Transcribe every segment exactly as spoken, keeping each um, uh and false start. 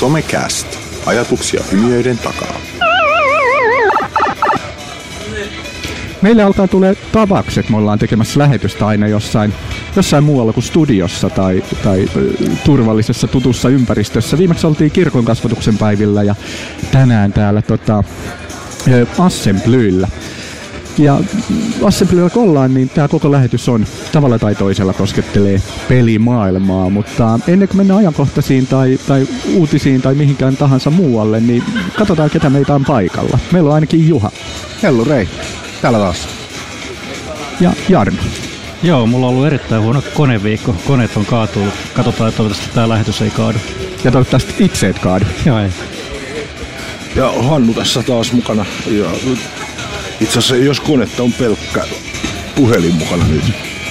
Somecast. Ajatuksia hymiöiden takaa. Meille alkaa tulee tavaksi, että me ollaan tekemässä lähetystä aina jossain, jossain muualla kuin studiossa tai, tai turvallisessa tutussa ympäristössä. Viimeksi oltiin kirkon kasvatuksen päivillä ja tänään täällä tota, Assemblyllä. Ja Assemblyllä kun ollaan, niin tämä koko lähetys on tavalla tai toisella koskettelee pelimaailmaa, mutta ennen kuin mennään ajankohtaisiin tai, tai uutisiin tai mihinkään tahansa muualle, niin katsotaan ketä meitä on paikalla. Meillä on ainakin Juha. Hellu Rei. Täällä taas. Ja Jarno. Joo, mulla on ollut erittäin huono koneviikko. Koneet on kaatunut. Katsotaan, että toivottavasti tää lähetys ei kaadu. Ja toivottavasti itse et kaadu. Joo, ei. Ja Hannu tässä taas mukana. Ja itse asiassa jos konetta on pelkkä puhelin mukana nyt.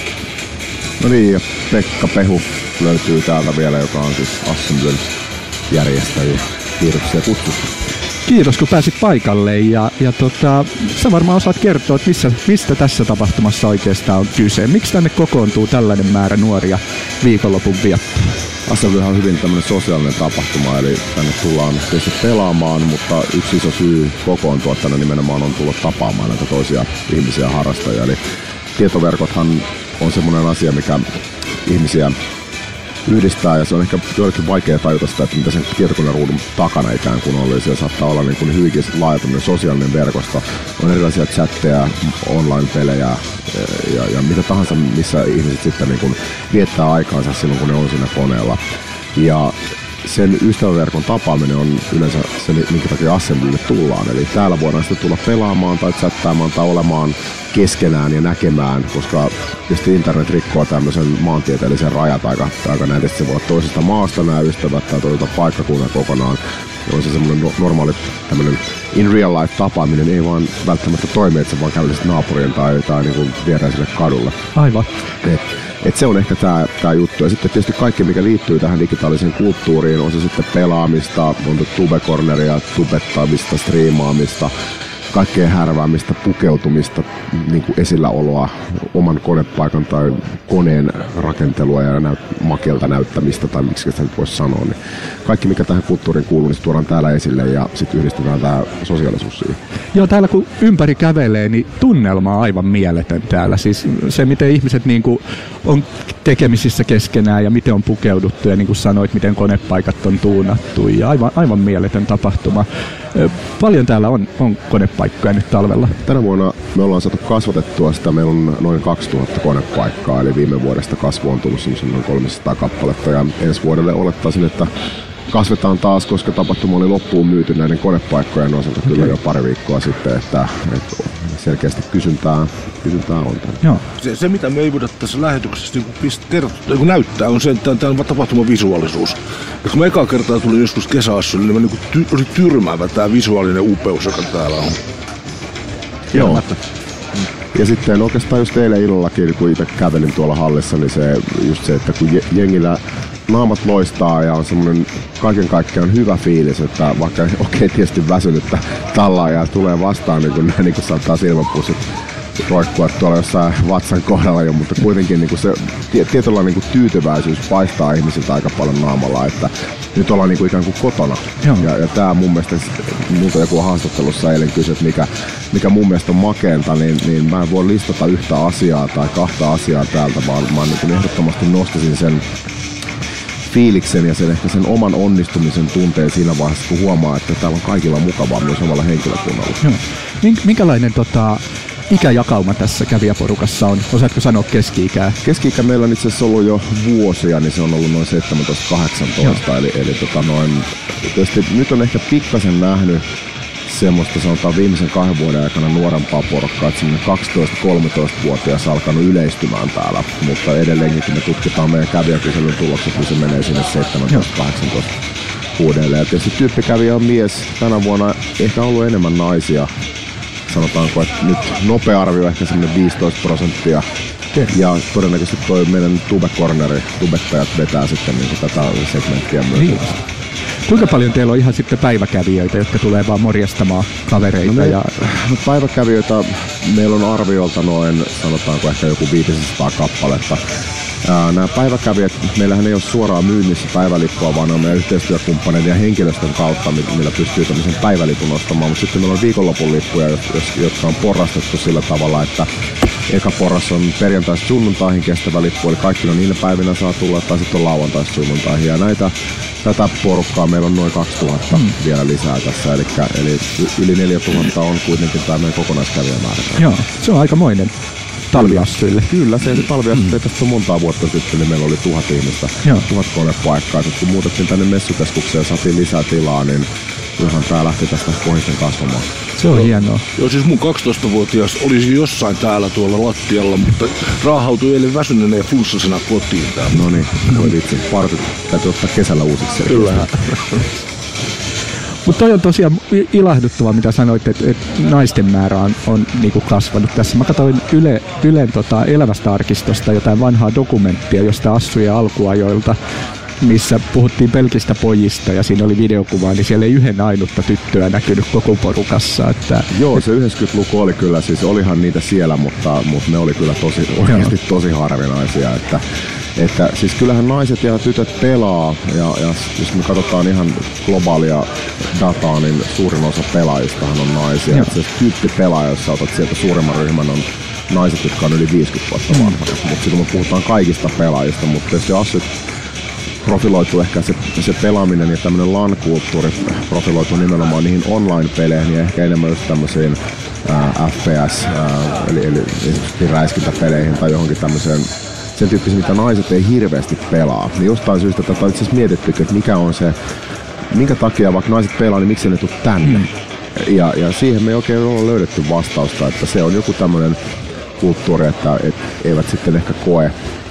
No niin, ja Pekka Pehu löytyy täältä vielä, joka on siis Assemblyn järjestäjä. Kiitoksia kutsusta. Kiitos kun pääsit paikalle ja, ja tota, sä varmaan osaat kertoa, että missä, mistä tässä tapahtumassa oikeastaan on kyse. Miksi tänne kokoontuu tällainen määrä nuoria viikonlopun viettoon? Assemblyhan on hyvin tämmöinen sosiaalinen tapahtuma, eli tänne tullaan tietysti pelaamaan, mutta yksi iso syy kokoontua tänne nimenomaan on tulla tapaamaan näitä toisia ihmisiä harrastajia. Eli tietoverkothan on semmoinen asia, mikä ihmisiä yhdistää, ja se on ehkä joillekin vaikea tajuta sitä, että mitä sen tietokoneruudun takana ikään kuin oli. Siellä saattaa olla niin kuin hyvinkin laaja sosiaalinen verkosto. On erilaisia chatteja, online-pelejä ja, ja mitä tahansa, missä ihmiset sitten niin kuin viettää aikaansa silloin, kun ne on siinä koneella. Ja sen ystäväverkon tapaaminen on yleensä se, minkä takia Assemblylle tullaan. Eli täällä voidaan sitten tulla pelaamaan tai chattaamaan tai olemaan keskenään ja näkemään, koska tietysti internet rikkoo tämmöisen maantieteellisen rajat aika, aika näin. Se voi olla toisesta maasta nämä ystävät tai toiselta paikkakunnan kokonaan. Ja on se semmoinen normaali tämmöinen in real life tapaaminen ei vaan välttämättä toimi, että se vaan kävelisit naapurien tai, tai niin kuin viereiselle kadulle. Aivan. Et, et se on ehkä tää, tää juttu. Ja sitten tietysti kaikki, mikä liittyy tähän digitaaliseen kulttuuriin, on se sitten pelaamista, on tubecorneria, tubettamista, striimaamista, kaikkea härväämistä, pukeutumista, niin kuin esilläoloa, oman konepaikan tai koneen rakentelua ja näyt, makelta näyttämistä tai miksi sitä nyt voisi sanoa. Niin kaikki, mikä tähän kulttuuriin kuuluu, niin tuodaan täällä esille ja sitten yhdistetään tämä sosiaalisuus siihen. Joo, täällä kun ympäri kävelee, niin tunnelma on aivan mieletön täällä. Siis se, miten ihmiset niin kuin on tekemisissä keskenään ja miten on pukeuduttu ja niin kuin sanoit, miten konepaikat on tuunattu ja aivan, aivan mieletön tapahtuma. Paljon täällä on, on konepaikkoja nyt talvella. Tänä vuonna me ollaan saatu kasvatettua sitä. Meillä on noin kaksituhatta konepaikkaa, eli viime vuodesta kasvu on tullut semmoisen noin kolmesataa kappaletta. Ja ensi vuodelle olettaisin, että kasvetaan taas, koska tapahtuma oli loppuun myyty näiden konepaikkojen osalta okay. Kyllä jo pari viikkoa sitten, että, että selkeästi kysyntää, kysyntää on tänne. Joo. Se, se, mitä me ei voida tässä lähetyksessä niin pist, kertoa, niin näyttää, on se, että tämä on tapahtuman visuaalisuus. Ja kun me ekaa kertaa tuli joskus kesäassuille, niin niin ty, oli tyrmäävä tämä visuaalinen upeus, joka täällä on. Joo. Ja sitten oikeastaan just eilen illallakin, kun itse kävelin tuolla hallissa, niin se, just se, että kun jengillä naamat loistaa ja on semmoinen kaiken kaikkiaan hyvä fiilis, että vaikka okei okay, tietysti väsynyttä tallaajaa tulee vastaan, niin kun, niin kun saattaa silmäpussit roikkua tuolla jossain vatsan kohdalla jo, mutta kuitenkin niin se tietyllä niin tyytyväisyys paistaa ihmisiltä aika paljon naamalla, että nyt ollaan niin kuin ikään kuin kotona. Ja, ja tämä mun mielestä, multa joku haastattelussa eilen kysyi, että mikä, mikä mun mielestä on makeinta, niin, niin mä en voi listata yhtä asiaa tai kahta asiaa täältä, vaan mä niin ehdottomasti nostasin sen fiiliksen ja sen ehkä sen oman onnistumisen tunteen siinä vaiheessa, kun huomaa, että täällä on kaikilla mukavaa myös omalla henkilökunnalla. Joo. Minkälainen tota, ikäjakauma tässä kävijäporukassa on? Osaatko sanoa keski-ikää? Keski-ikä meillä on itse asiassa ollut jo vuosia, niin se on ollut noin seitsemäntoista kahdeksantoista. Eli, eli tota noin, tietysti nyt on ehkä pikkasen nähnyt semmoista sanotaan viimeisen kahden vuoden aikana nuorempaa porukkaa, että semmoinen kaksitoista-kolmetoista-vuotias alkanut yleistymään täällä, mutta edelleenkin kun me tutkitaan meidän kävijäkyselyn tulokset, niin se menee sinne seitsemäntoista kahdeksantoista vuodelle. Ja tietysti tyyppikävijä on mies, tänä vuonna ehkä ollut enemmän naisia, sanotaanko, että nyt nopea arvio ehkä semmoinen viisitoista prosenttia. Ja todennäköisesti toi meidän tubecorneri, tubettajat vetää sitten niin tätä segmenttiä myös. Niin. Kuinka paljon teillä on ihan sitten päiväkävijöitä, jotka tulee vaan morjastamaan kavereita? No me, ja... no päiväkävijöitä meillä on arviolta noin, sanotaanko ehkä joku viisisataa kappaletta. Ää, nämä päiväkävijät, meillähän ei ole suoraan myynnissä päivälippua, vaan ne on meidän yhteistyökumppaneiden ja henkilöstön kautta, millä pystyy tämmöisen päivälipun ostamaan. Mutta sitten meillä on viikonlopun lippuja, jotka on porrastettu sillä tavalla, että eka porras on perjantaista sunnuntaihin kestävä lippu, eli kaikki on niillä päivinä saa tulla, tai sitten on lauantaista sunnuntaihin. Ja näitä, tätä porukkaa meillä on noin kaksituhatta mm. vielä lisää tässä, eli, eli yli neljätuhatta on kuitenkin tämä meidän kokonaiskävijämäärä. Joo, se on aikamoinen. Talviassuille. Kyllä, se talviassuille mm. tästä montaa vuotta sitten, niin meillä oli tuhat ihmistä, Joo. tuhat konepaikkaa. Sitten kun muutettiin tänne messukeskukseen ja saatiin lisää tilaa, niin kyllähän tää lähti tästä kohisten kasvamaan. Se on hienoa. Joo, siis mun kaksitoistavuotias olisi jossain täällä tuolla lattialla, mutta raahautui eilen väsyneenä ja flunssasena kotiin täällä. No niin, voi vitsi, partit täytyy ottaa kesällä uusiksi. Kyllähän. Mutta toi on tosiaan ilahduttavaa, mitä sanoit, että et naisten määrä on, on niinku kasvanut tässä. Mä katsoin Yle, Ylen tota elävästä arkistosta jotain vanhaa dokumenttia, josta assujen alkuajoilta, missä puhuttiin pelkistä pojista ja siinä oli videokuvaa, niin siellä ei yhden ainutta tyttöä näkynyt koko porukassa. Että, Joo, se yhdeksänkymmentäluku oli kyllä, siis olihan niitä siellä, mutta, mutta ne oli kyllä tosi, oikeasti tosi harvinaisia. Että, että siis kyllähän naiset ja tytöt pelaa, ja, ja jos me katsotaan ihan globaalia dataa, niin suurin osa pelaajistahan on naisia. Että se tyyppi pelaaja, jos sä otat sieltä suurimman ryhmän, on naiset, jotka on yli viisikymmentä vuotta vanhoja. Mm. Mutta sitten me puhutaan kaikista pelaajista, mutta tietysti asut profiloitu ehkä se, se pelaaminen ja tämmöinen LAN-kulttuuri profiloitu nimenomaan niihin online-peleihin ja ehkä enemmän just tämmöisiin ää, F P S, ää, eli, eli esimerkiksi räiskintäpeleihin tai johonkin tämmöiseen sen tyyppisiin, mitä naiset ei hirveästi pelaa. Niin jostain syystä tätä on itse asiassa mietitty, että mikä on se, minkä takia vaikka naiset pelaa, niin miksi ne tuu tänne. Mm. Ja, ja siihen me ei oikein ole löydetty vastausta, että se on joku tämmöinen kulttuuri, että et eivät sitten ehkä koe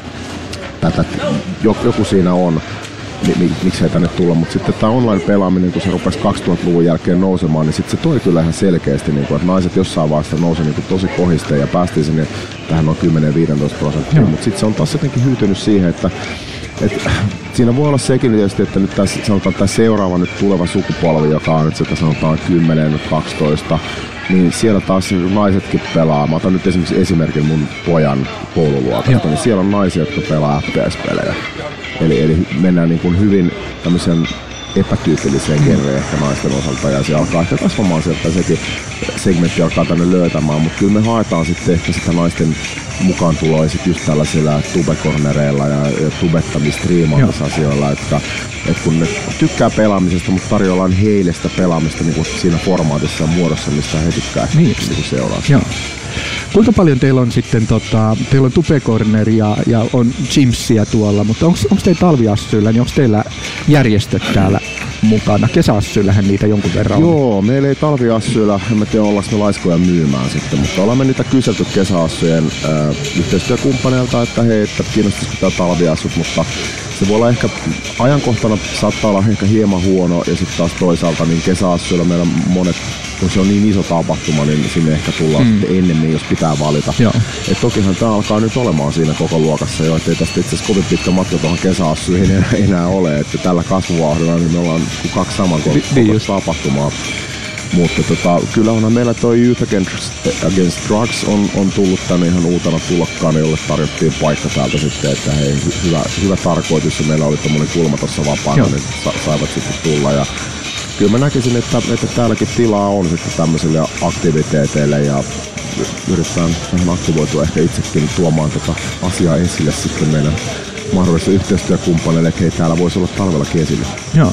tätä, joku siinä on, miksi ei tänne tulla, mutta sitten tämä online-pelaaminen, kun se rupesi kaksituhattaluvun jälkeen nousemaan, niin sitten se toi kyllä ihan selkeästi, niin kuin, että naiset jossain vaiheessa nousi niin kuin tosi kohisteen ja päästiin sinne tähän noin kymmenen viisitoista prosenttia, mutta sitten se on taas jotenkin hyytynyt siihen, että et, siinä voi olla sekin tietysti, että nyt tässä, sanotaan tämä seuraava nyt tuleva sukupolvi, joka on nyt sitä sanotaan kymmenen kaksitoista, niin siellä taas naisetkin pelaa. Mä otan nyt esimerkiksi esimerkin mun pojan koululuokasta, niin siellä on naisia, jotka pelaa F P S-pelejä. Eli, eli mennään niin kuin hyvin tämmöisen epätyypilliseen genreen ehkä naisten osalta, ja se alkaa ehkä kasvamaan sieltä, sekin segmentti alkaa tänne löytämään, mutta kyllä me haetaan sitten ehkä sitä naisten mukaan tuloa sitten just tällaisilla tubekornereilla ja, ja tubettamistriimausasioilla, että, että kun ne tykkää pelaamisesta, mutta tarjoillaan heille sitä pelaamista niin kuin siinä formaatissa ja muodossa, mistä he tykkää niin. Niin seuraa. Joo. Kuinka paljon teillä on sitten, tota, teillä on tubekorner ja, ja on Gymsia tuolla, mutta onko teillä talviassyillä, niin onko teillä järjestöt täällä mukana? Kesäassyillähän niitä jonkun verran on. Joo, meillä ei talviassyillä, en mä tiedä ollaanko me laiskoja myymään sitten, mutta olemme niitä kyselty kesäassujen äh, yhteistyökumppaneilta, että hei, että kiinnostaisiko tää talviassut, mutta se voi olla ehkä ajankohtana, saattaa olla ehkä hieman huono, ja sitten taas toisaalta niin kesäassyillä meillä monet, kun se on niin iso tapahtuma, niin sinne ehkä tullaan mm. sitten ennemmin, jos pitää valita. Et tokihan tämä alkaa nyt olemaan siinä koko luokassa jo, ettei tästä itse asiassa kovin pitkä matka tuohon kesäassuihin enää, enää ole, että tällä kasvuvauhdilla niin me ollaan kaksi saman kokoista tapahtumaa. Mutta tota, kyllä onhan meillä toi Youth Against, Against Drugs on, on tullut tänne ihan uutena tulokkaana, jolle tarjottiin paikka täältä sitten, että hei, hyvä, hyvä tarkoitus, ja meillä oli tommonen kulma tuossa vapaana, niin sa, saivat sitten tulla. Ja kyllä mä näkisin, että, että täälläkin tilaa on sitten tämmöisille aktiviteeteille, ja yritetään vähän aktivoitua ehkä itsekin tuomaan tätä asiaa esille sitten meidän mahdollisille yhteistyökumppaneille, että hei, täällä voisi olla talvellakin esille. Joo.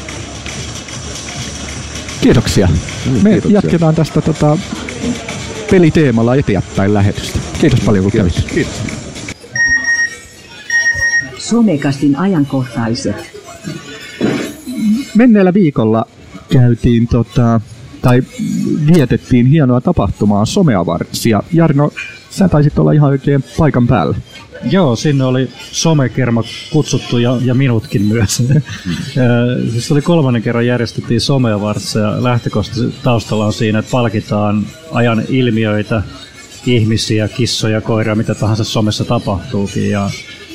Kiitoksia. Niin, Me kiitoksia. jatketaan tästä tota, peliteemalla eteenpäin lähetystä. Kiitos paljon kun Kiitos. kävit. Kiitos. Somekastin ajankohtaiset. Menneellä viikolla käytiin tota, tai vietettiin hienoa tapahtumaa Someawards, ja Jarno, sä taisit olla ihan oikein paikan päällä. Joo, sinne oli somekerma kutsuttu ja, ja minutkin myös. Mm. Siis oli kolmannen kerran järjestettiin Someawards, ja lähtökohtaisesti taustalla on siinä, että palkitaan ajan ilmiöitä, ihmisiä, kissoja, koiria, mitä tahansa somessa tapahtuukin. Ja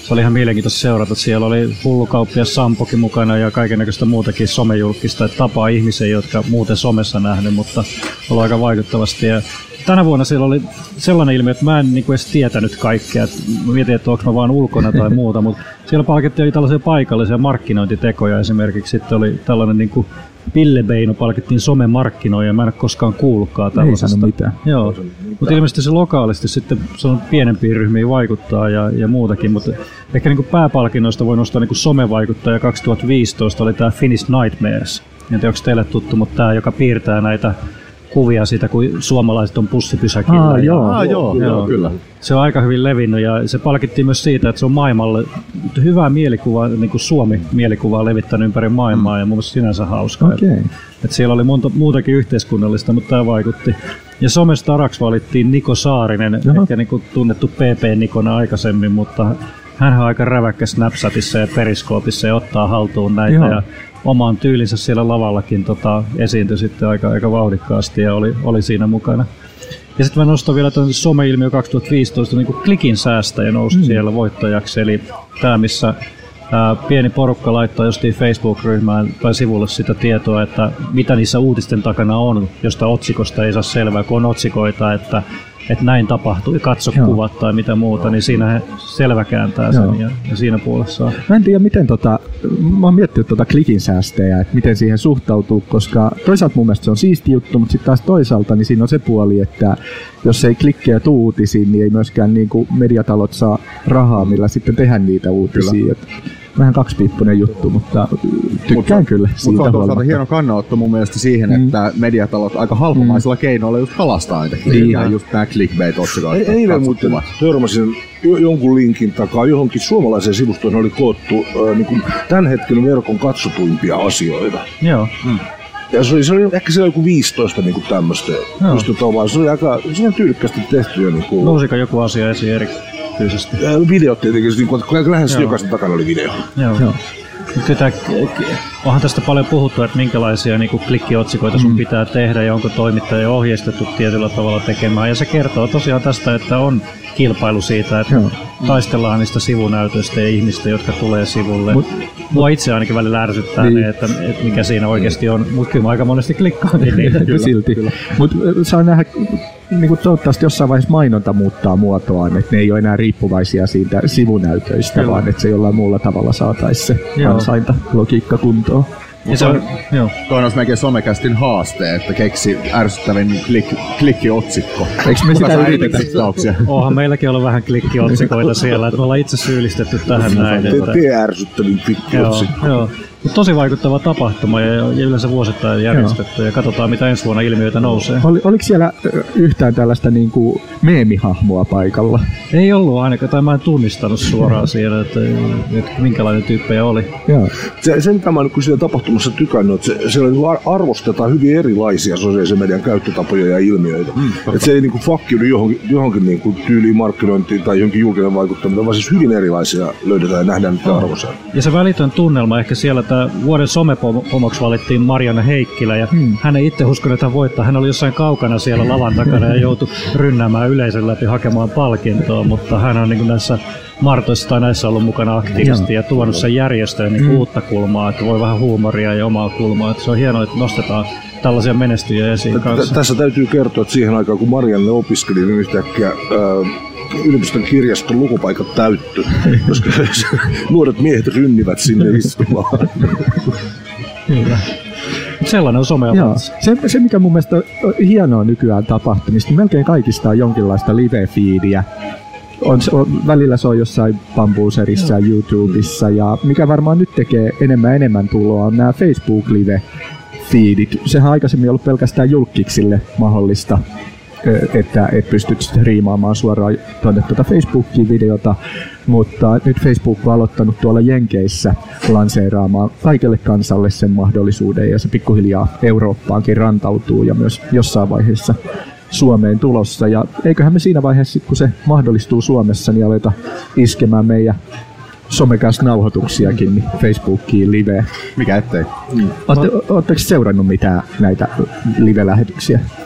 se oli ihan mielenkiintoista seurata. Siellä oli hullukauppias Sampokin mukana ja kaikennäköistä muutakin somejulkista, että tapaa ihmisiä, jotka muuten somessa nähnyt, mutta oli aika vaikuttavasti. Ja tänä vuonna siellä oli sellainen ilmiö, että mä en niin kuin edes tietänyt kaikkea. Mä mietin, että onko mä vaan ulkona tai muuta, mutta siellä palkittiin tällaisia paikallisia markkinointitekoja. Esimerkiksi sitten oli tällainen niin kuin Ville Beino palkittiin somemarkkinoija, mä en ole koskaan kuullutkaan tällaisesta. Ei sano mitään. Joo, mutta ilmeisesti se lokaalisti sitten se on pienempiin ryhmiin vaikuttaa ja, ja muutakin, mutta ehkä niin kuin pääpalkinnoista voi nostaa niin kuin somevaikuttaja kaksituhattaviisitoista oli tämä Finnish Nightmares. En tiedä, onko teille tuttu, mutta tämä, joka piirtää näitä kuvia siitä, kun suomalaiset on bussipysäkillä. Ah, joo. Ah, joo, joo, joo, kyllä. Se on aika hyvin levinnyt ja se palkittiin myös siitä, että se on maailmalle hyvää mielikuvaa, niin kuin Suomi-mielikuvaa levittänyt ympäri maailmaa ja mun mielestä sinänsä hauskaa. Okay. Että siellä oli monta muutakin yhteiskunnallista, mutta tämä vaikutti. Ja somestaraksi valittiin Niko Saarinen, Jaha. ehkä niin kuin tunnettu P P-Nikona aikaisemmin, mutta hän on aika räväkkä Snapchatissa ja Periskoopissa ja ottaa haltuun näitä. Joo. Ja omaan tyylinsä siellä lavallakin tota, esiintyi sitten aika, aika vauhdikkaasti ja oli, oli siinä mukana. Ja sitten mä nostan vielä tämän some-ilmiö kaksituhattaviisitoista, niin kuin klikin säästäjä nousi mm. siellä voittajaksi. Eli tämä, missä ää, pieni porukka laittaa jostain Facebook-ryhmään tai sivulle sitä tietoa, että mitä niissä uutisten takana on, josta otsikosta ei saa selvää, kun on otsikoita, että että näin tapahtui, katso Joo. kuvat tai mitä muuta, niin siinä he selvä kääntää sen ja, ja siinä puolessa. Mä en tiedä, miten tota, mä oon miettinyt tota klikin säästejä, että miten siihen suhtautuu, koska toisaalta mun mielestä se on siisti juttu, mutta sitten taas toisaalta niin siinä on se puoli, että jos ei klikkejä tuu uutisiin, niin ei myöskään niin kuin mediatalot saa rahaa, millä sitten tehdä niitä uutisia. Vähän kaksipiippunen juttu, mutta tykkään mutta, kyllä siitä. Mutta on toisaalta hieno kannanotto mun mielestä siihen, mm. että mediatalot aika halpamaisilla mm. keinoilla just kalastaa niitä klikkejä, just nää clickbait-otsikoita. Eilen muuten törmäsin jonkun linkin takaa johonkin suomalaiseen sivustoon oli koottu äh, niin kuin tämän hetken verkon katsotuimpia asioita. Joo. Mm. Ja se oli, se oli ehkä siellä joku viisitoista niin tämmöistä. Se oli aika se oli tyylikkästi tehty. Niin kuin... Nousiko joku asia esiin eri? Videot tietenkin, niin kun lähes jokaisen takana oli video. Joo. Joo. Tätä, onhan tästä paljon puhuttu, että minkälaisia niin kuin klikkiotsikoita sun mm. pitää tehdä ja onko toimittaja ohjeistettu tietyllä tavalla tekemään. Ja se kertoo tosiaan tästä, että on kilpailu siitä, että Joo. taistellaan niistä sivunäytöistä ja ihmistä, jotka tulee sivulle. Mut, Mua itse ainakin välillä ärsyttää niin. ne, että, että mikä siinä oikeasti on, mutta kyllä mä aika monesti klikkaankin niitä. Kyllä, silti. Mutta saa nähdä, niin kuin toivottavasti jossain vaiheessa mainonta muuttaa muotoaan, että ne ei ole enää riippuvaisia siitä sivunäytöistä, Joo. vaan että se jollain muulla tavalla saataisiin se ansainta logiikka kuntoon. Ja se on, joo. Toinen olisi melkein Somekästin haaste, että keksi ärsyttävin klik, klikkiotsikko. Eikö me sitä yritetä? Onhan meilläkin ollut vähän klikkiotsikkoita siellä, että me ollaan itse syyllistetty tähän näin. Te ärsyttävin klikkiotsikko. Joo, joo. Tosi vaikuttava tapahtuma ja, ja yleensä vuosittain järjestetty. Joo. Ja katsotaan mitä ensi vuonna ilmiöitä nousee. Oli, oliko siellä yhtään tällaista niin kuin meemihahmoa paikalla? Ei ollut ainakaan, tai mä en tunnistanut suoraan siellä, että, että minkälainen tyyppejä oli. Joo. Se, se mitä mä nyt kun siellä tapahtumassa tykännyt, että se, siellä arvostetaan hyvin erilaisia sosiaalisen median käyttötapoja ja ilmiöitä. Mm, että se ei niin kuin fakkiudu johonkin, johonkin niin kuin tyyliin markkinointiin tai johonkin julkinen vaikuttaminen, vaan siis hyvin erilaisia löydetään ja nähdään niitä arvoisia. Ja se välitön tunnelma ehkä siellä vuoden somepomoksi valittiin Marianne Heikkilä ja hmm. hän ei itse uskonut, että hän voittaa. Hän oli jossain kaukana siellä lavan takana ja joutui rynnäämään yleisön läpi hakemaan palkintoa, mutta hän on niin näissä martoissa tai näissä ollut mukana aktiivisesti ja tuonut sen järjestöön niin hmm. uutta kulmaa, että voi vähän huumoria ja omaa kulmaa. Että se on hienoa, että nostetaan tällaisia menestyjiä esiin kanssa. Tässä täytyy kertoa, että siihen aikaan kun Marianne opiskeli, niin yhtäkkiä ää, yliopiston kirjaston lukupaikat täytty, koska nuoret miehet rynnivät sinne istumaan. Kyllä. Sellainen on somea. Se, se, mikä mun mielestä on hienoa nykyään tapahtumista, melkein kaikista on jonkinlaista live-feediä. On, on, välillä se on jossain Bambuserissa ja YouTubessa, ja mikä varmaan nyt tekee enemmän enemmän tuloa on nämä Facebook-live-feedit. Sehän on aikaisemmin ollut pelkästään julkiksille mahdollista, että et pystyt striimaamaan suoraan tuonne tuota Facebookiin videota, mutta nyt Facebook on aloittanut tuolla Jenkeissä lanseeraamaan kaikelle kansalle sen mahdollisuuden, ja se pikkuhiljaa Eurooppaankin rantautuu ja myös jossain vaiheessa Suomeen tulossa. Ja eiköhän me siinä vaiheessa, kun se mahdollistuu Suomessa, niin aleta iskemään meidän Somecast-nauhoituksiakin niin Facebookiin live. Mikä ettei? Mm. Oletteko seurannut mitään näitä live-lähetyksiä?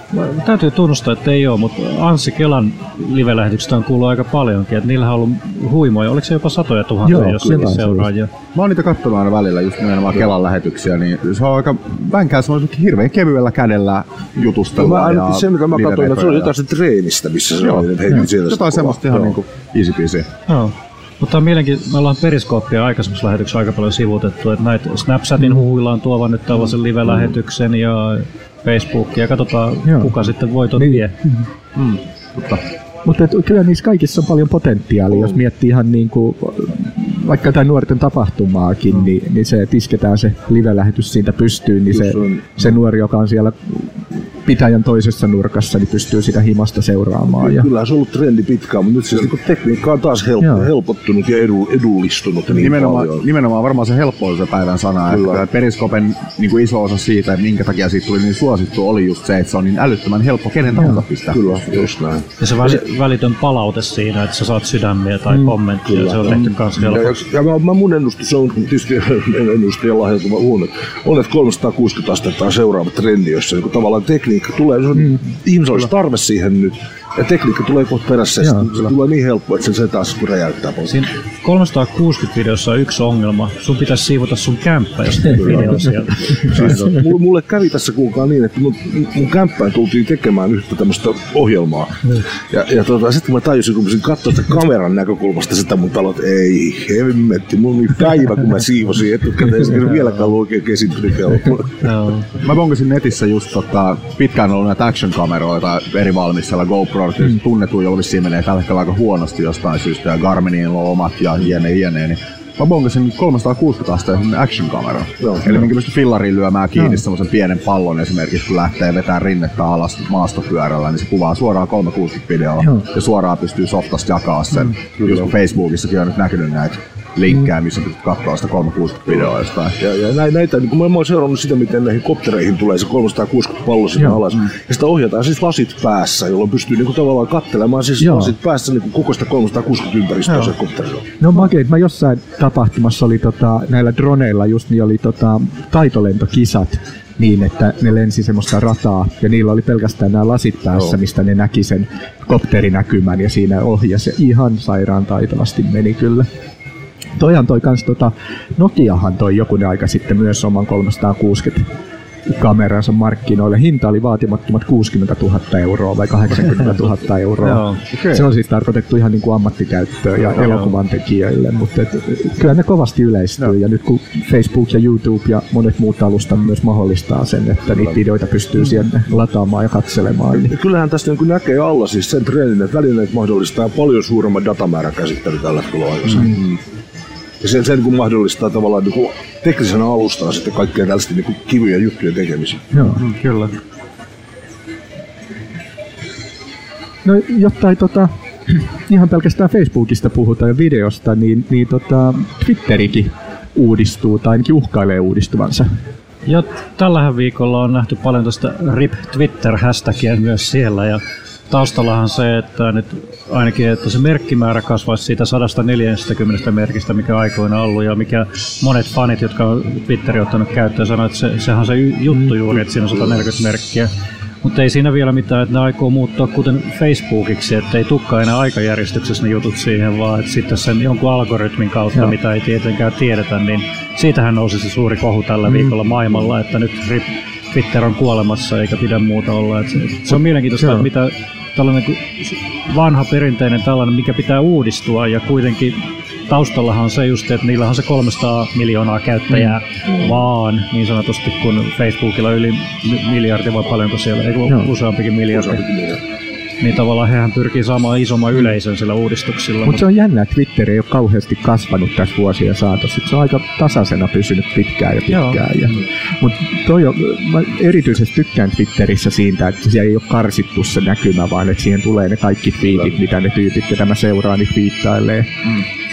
Täytyy tunnustaa, että ei ole, mutta Anssi Kelan live-lähetyksistä on kuullut aika paljonkin, että niillähän on ollut huimoja. Oliko se jopa satoja tuhansia jossakin seuraajia? Mä oon niitä katsonut aina välillä, just nimenomaan Kelan lähetyksiä, niin se on aika vänkää semmoisen hirveän kevyellä kädellä jutustella. Ja se, mitä mä katsoin, että se oli jotain se treenistä, missä se oli, että heitti sieltä. Jotain semmoista ihan niinku easy peasy. Joo. Mutta on mielenkiintoista, me ollaan Periskooppia aikaisemmassa lähetyksessä aika paljon sivutettu, että näitä Snapchatin huhuillaan tuovan nyt tällaisen live-lähetyksen ja Facebookia ja katsotaan Joo. kuka sitten voitot niin. vie. Mm. Mutta, mutta kyllä niissä kaikissa on paljon potentiaalia, jos miettii ihan niin kuin, vaikka jotain nuorten tapahtumaakin, mm. niin, niin se, että isketään se live-lähetys siitä pystyyn, niin se, se nuori, joka on siellä pitäjän toisessa nurkassa, niin pystyy sitä himasta seuraamaan. Ja kyllä se on ollut trendi pitkään, mutta nyt siis niin tekniikka on taas help, helpottunut ja edu, edullistunut. Niin nimenomaan, nimenomaan varmaan se helppo se päivän sana, kyllä. että Periskopen niin iso osa siitä, että minkä takia siitä tuli niin suosittu, oli just se, että se on niin älyttömän helppo kenen tahansa pistää. Kyllä, just näin. Ja se väli, välitön palaute siinä, että sä saat sydämiä tai mm. kommenttia, kyllä. se on tehty kans helposti. Ja, ja mä, mä mun ennustus on tietysti ennuste ja lahjautuva huono, on, että kolmesataakuusikymmentä astetta on seuraava trendi, jossa niin tavallaan tekniikka tulee, mm. ihmisellä olisi tarve siihen nyt, ja tekniikka tulee kohta perässä, ja se tulee niin helppoa, että se taas räjäyttää paljon. Siinä kolmesataakuusikymmentä videossa on yksi ongelma. Sun pitäisi siivota sun kämppä, jos teet videon sieltä. Siis, mulle kävi tässä kuulkaa niin, että mun, mun kämppään tultiin tekemään yhtä tämmöistä ohjelmaa. Mm. Ja, ja tota, sitten kun mä tajusin, kun mä katsoin sitä kameran näkökulmasta sitä mun talot, ei hemmetti, mulla oli päivä, kun mä siivosin etukäteen, se ei vieläkään ollut oikein kesintyrikelpo. Mä bongasin netissä just tota, pitkään ollut näitä action-kameroita eri valmistella, GoPro. Mm. Tunnetuin, jolla vissiin menee tällä hetkellä aika huonosti jostain syystä, ja Garminin on omat ja jne jne, niin mä bongasin kolmesataakuusikymmentä asteen action-kameran. Joo, eli minkä pystyi fillariin lyömään kiinni semmoisen pienen pallon esimerkiksi, kun lähtee vetää rinnettä alas maastopyörällä, niin se kuvaa suoraan kolmesataakuusikymmentä videolla. Joo. Ja suoraan pystyy softasta jakaa sen. Mm, just kun Facebookissakin on nyt näkynyt näitä linkkejä, missä pystyt katsoa sitä kolmesataakuusikymmentä videoa jostain. Ja, ja näitä, niin kun mä oon seurannut sitä, miten näihin koptereihin tulee se kolmesataakuusikymmentä pallo sinne alas. Mm. Ja sitä ohjataan siis lasit päässä, jolloin pystyy niin kuin tavallaan katselemaan siis Joo. lasit päässä niin kuin koko sitä kolmesataakuusikymmentä ympäristöä se kopterilla. No makea, mä jossain tapahtumassa oli tota, näillä droneilla just niin oli tota, taitolentokisat. Niin, että ne lensi semmoista rataa ja niillä oli pelkästään nämä lasit päässä, Joo. mistä ne näki sen kopterinäkymän ja siinä ohjasi ja ihan sairaan taitavasti meni kyllä. Toihan toi kans tota, Nokiahan toi jokunen aika sitten myös oman kolmesataakuusikymmentä kameransa markkinoille. Hinta oli vaatimattomat kuusikymmentätuhatta euroa vai kahdeksankymmentätuhatta euroa. Okay. Se on siis tarkoitettu ihan niin kuin ammattikäyttöön ja elokuvan tekijöille, mutta et, kyllä ne kovasti yleistyy. No. Ja nyt kun Facebook ja YouTube ja monet muut alustat myös mahdollistaa sen, että niitä videoita pystyy sieltä lataamaan ja katselemaan. Niin. Ja kyllähän tästä niin näkee alla siis sen trendin, että välineet mahdollistaa paljon suuremman datamäärän käsittely tällä hetkellä aikaisemmin. Mm-hmm. Ja sen, sen kun mahdollistaa tavallaan niin teknisenä alustana sitten kaikkea tällaista niin kivyjä juttuja tekemisiä. Joo, mm, kyllä. No jotta tota, ihan pelkästään Facebookista puhutaan ja videosta, niin, niin tota, Twitterikin uudistuu tai ainakin uhkailee uudistuvansa. Ja tällähän viikolla on nähty paljon tästä R I P Twitter-hashtagia myös siellä ja taustallahan se, että nyt ainakin että se merkkimäärä kasvaisi siitä sata neljäkymmentä merkistä, mikä aikoina on ollut ja mikä monet fanit, jotka on Twitterin ottanut käyttöön, sanoo, että se, sehän on se juttu juuri, että siinä on sata neljäkymmentä merkkiä. Mutta ei siinä vielä mitään, että ne aikoo muuttaa kuten Facebookiksi, että ei tukkaa enää aikajärjestyksessä ne jutut siihen, vaan että sitten sen jonkun algoritmin kautta, Joo. mitä ei tietenkään tiedetä, niin siitähän nousi se suuri kohu tällä mm. viikolla maailmalla, että nyt R I P Twitter on kuolemassa eikä pidä muuta olla. Et se, se on mielenkiintoista, että mitä tällainen vanha perinteinen tällainen, mikä pitää uudistua ja kuitenkin taustallahan on se just, että niillä on se kolmesataa miljoonaa käyttäjää mm. vaan niin sanotusti, kun Facebookilla yli miljardi vai paljonko siellä, ei kun useampikin miljardi. Niin tavallaan hehän pyrkii saamaan isomman yleisön sillä uudistuksilla. Mutta se on jännä, että Twitter ei ole kauheasti kasvanut tässä vuosien saatossa. Se on aika tasaisena pysynyt pitkään ja pitkään. Ja, mutta toi on, mä erityisesti tykkään Twitterissä siitä, että siellä ei ole karsittu se näkymä, vaan että siihen tulee ne kaikki twiitit, mitä ne tyypit, ketä mä seuraan, niin twiittailee. Mm.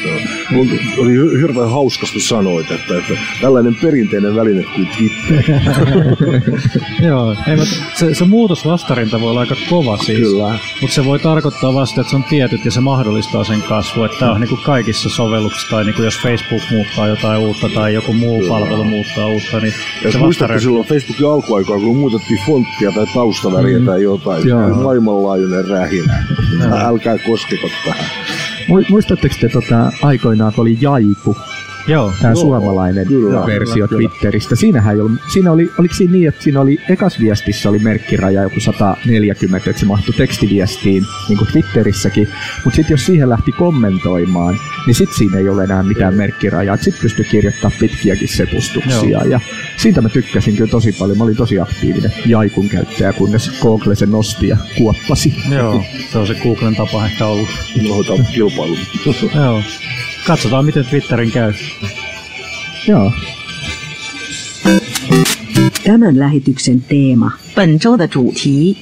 Oli hirveän hauskasti sanoit, että, että tällainen perinteinen väline kuin Twitter. Joo, ei, se, se muutos vastarinta voi olla aika kova siis. Kyllä. Mutta se voi tarkoittaa vasta, että se on tietyt ja se mahdollistaa sen kasvua. Että tämä on niinku kaikissa sovelluksissa, tai niinku jos Facebook muuttaa jotain uutta tai joku muu Kyllä. palvelu muuttaa uutta, niin ja se muistatko silloin Facebookin alkuaikaa, kun muutettiin fonttia tai taustaväriä mm. tai jotain, se oli maailmanlaajuinen rähinä. Älkää koskeko tähän. Muistatteko te tota, aikoinaan, kun oli Jaiku? Joo. Tämä suomalainen kyllä, versio kyllä, Twitteristä. Kyllä. Siinähän ei ollut, siinä oli, oliko siinä niin, että siinä oli ekas viestissä oli merkkiraja joku sata neljäkymmentä, että se mahtui tekstiviestiin niin kuin Twitterissäkin. Mutta sitten jos siihen lähti kommentoimaan, niin sitten siinä ei ole enää mitään merkkirajaa. Sitten pystyi kirjoittamaan pitkiäkin sepustuksia. Joo. Ja siitä mä tykkäsin kyllä tosi paljon. Mä olin tosi aktiivinen Jaikun käyttäjä, kunnes Google sen nosti ja kuoppasi. Joo, se on se Googlen tapa ehkä ollut. Nohotaan kilpailu. Joo. Katsotaan, miten Twitterin käy. Joo. Tämän lähetyksen teema. 本周的主题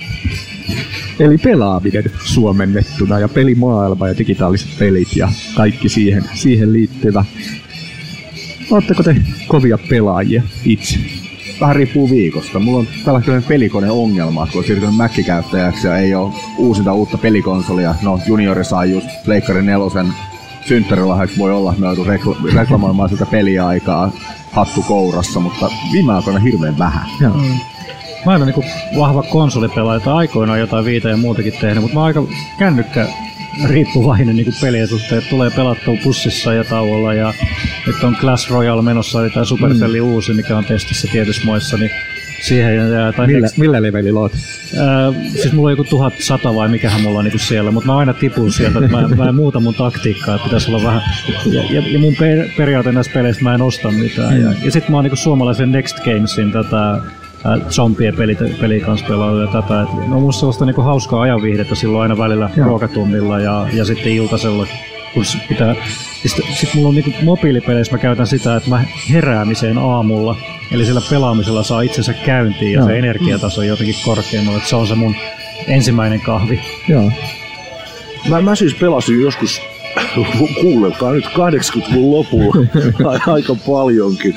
Eli pelaaminen suomennettuna ja pelimaailma ja digitaaliset pelit ja kaikki siihen, siihen liittyvä. Oletteko te kovia pelaajia itse? Vähän riippuu viikosta. Mulla on tällä hetkellä pelikoneongelma, kun on siirtynyt Mac-käyttäjäksi ja ei ole uusinta uutta pelikonsolia. No, juniori sai just Pleikkari nelosen synttärilahjaksi, voi olla, että me joutuu rekla- reklamoimaan sitä peliaikaa hattu kourassa, mutta viime aikoina hirveän vähän. Joo. Mm. Mä en ole niinku vahva konsolipelaaja, tai aikoinaan jotain viitä ja muutakin tehnyt, mutta mä oon aika kännykkä riippuvainen niinku pelien suhteen, että tulee pelattua bussissa ja tauolla ja nyt on Clash Royale menossa, eli tää Supercellin mm. uusi, mikä on testissä tietyissä maissa, niin siihen ja... Tai millä, next... millä levelillä oot? Äh, siis mulla on joku tuhat sata vai mikähän mulla on niinku siellä, mutta mä aina tipun sieltä, että mä, mä en muuta mun taktiikkaa, että pitäisi olla vähän... Ja, ja, ja mun per, periaate näissä peleissä mä en osta mitään. Mm. Ja, ja sit mä oon niinku suomalaisen Next Gamesin tätä... zombien peli, peli kanssa pelailu ja tätä. Et on musta sellaista niinku hauskaa ajanviihdettä silloin aina välillä Joo. ruokatunnilla ja, ja sitten iltasella, kun pitää... Sitten sit mulla on niinku mobiilipeleissä mä käytän sitä, että mä heräämiseen aamulla, eli sillä pelaamisella saa itsensä käyntiin ja Joo. se energiataso on jotenkin korkeammalla, että se on se mun ensimmäinen kahvi. Joo. Mä, mä siis pelasin joskus, kuunnelkaa nyt kahdeksankymmentäluvun lopulla aika paljonkin,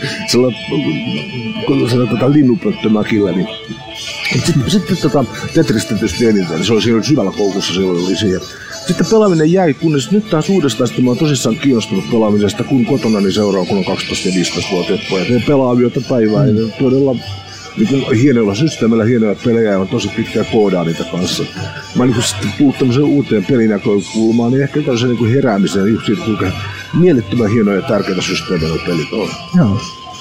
sellainen tota linnunpönttömäkillä, niin sitten sit, tota, Tetristä tietysti eniten, se oli siinä syvällä koukussa, silloin oli siihen. Sitten pelaaminen jäi, kunnes nyt taas uudestaan sitten mä oon tosissaan kiinnostunut pelaamisesta, kun kotona niin seuraa, kun on kaksitoista- ja viisitoista-vuotiaat pojat. Ne pelaa yötä päivää mm. ja todella niin hienoilla systeemillä, hienoja pelejä ja on tosi pitkää koodaa niitä kanssa. Mä oon niin sitten tullut tämmöiseen uuteen pelinäkökulmaan, niin ehkä tämmöiseen niin heräämiseen, just siitä, kuinka mielettömän hienoja ja tärkeitä systeemejä nuo pelit on. Joo.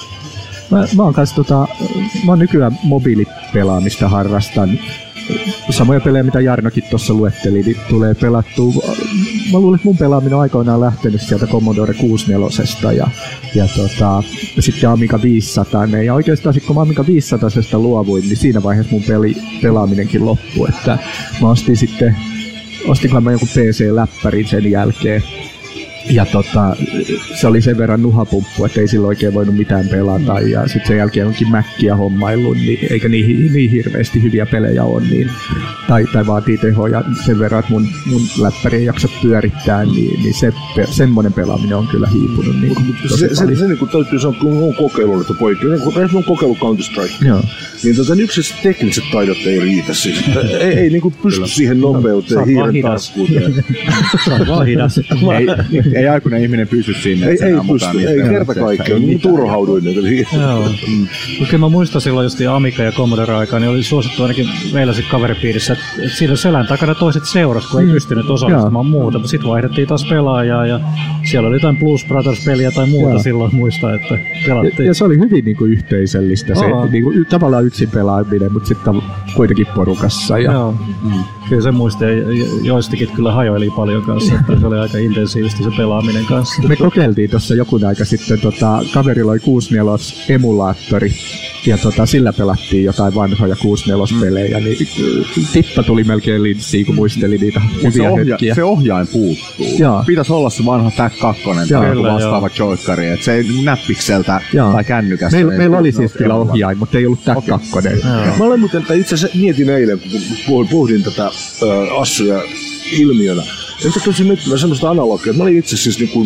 Mä, mä oon kans tota, mä oon nykyään mobiilipelaamista harrastan. Samoja pelejä, mitä Jarnokin tuossa luetteli, niin tulee pelattua. Mä luulen, että mun pelaaminen on aikoinaan lähtenyt sieltä Commodore kuusikymmentäneljä ja, ja tota, sitten Amiga viisisataa. Ja oikeastaan sit, kun mä Amiga viisisataa luovuin, niin siinä vaiheessa mun peli, pelaaminenkin loppui. Että mä ostin sitten, ostinkohan mä joku P C-läppärin sen jälkeen. Ja tota, se oli sen verran nuhapumppu, että ei silloin oikein voinut mitään pelata. Ja sitten sen jälkeen onkin Mäkkiä hommaillut, niin eikä niin, niin hirveästi hyviä pelejä ole. Niin, tai, tai vaatii tehoja sen verran, että mun, mun läppäri ei jaksa pyörittää, niin, niin se, semmoinen pelaaminen on kyllä hiipunut. Niin, se se, se, se niin kuin täytyy sanoa, kun on kokeillut näitä poikia, kun on kokeillut Counter-Strike, Joo. niin tota, yksi tekniset taidot ei riitä. Siis, ei ei niin kuin pysty kyllä. siihen nopeuteen, no, hiiren taskuuteen. Se on vaan hidas. Ei aikuinen ihminen pysy sinne. Ei, ei pysty, ei kerta kaikkiaan. Niin turhauduin niitä. Joo. Mm. Kyllä mä muistan silloin just Amiga ja Commodore-aikaa, niin oli suosittu ainakin meillä sit kaveripiirissä, että siinä selän takana toiset seuras, kun ei pystynyt osallistumaan muuta. Sitten vaihdettiin taas pelaajaa ja siellä oli jotain Blues Brothers-peliä tai muuta Joo. silloin muistaa, että pelattiin. Ja, ja se oli hyvin niin kuin yhteisöllistä, se, niin kuin, tavallaan yksin pelaaminen, mutta sitten kuitenkin porukassa. Ja, Joo. Mm. Kyllä se muistaa, joistikin kyllä hajoili paljon kanssa, että se oli aika intensiivistä se pelaaminen kanssa. Me kokeiltiin tuossa jokun aika sitten, tota, kaverilla oli kuusikymmentäneljä-emulaattori ja tota, sillä pelattiin jotain vanhoja kuusikymmentäneljä-pelejä, niin tippa tuli melkein linssiin, kun muisteli niitä hyviä se ohja- hetkiä. Se ohjain puuttuu. Jaa. Pitäisi olla se vanha Tag kaksi tai joku vastaava joykkari, että se ei näppikseltä Jaa. tai kännykästä. Meillä meil oli siis kyllä ohjain, mutta ei ollut Tag okay. kaksi. Mä olen muuten, että itse asiassa mietin eilen, kun pohdin tätä Assuja ilmiönä. Ja sitten tosi miettimään semmoista analogiaa, että mä olin itse siis niin kuin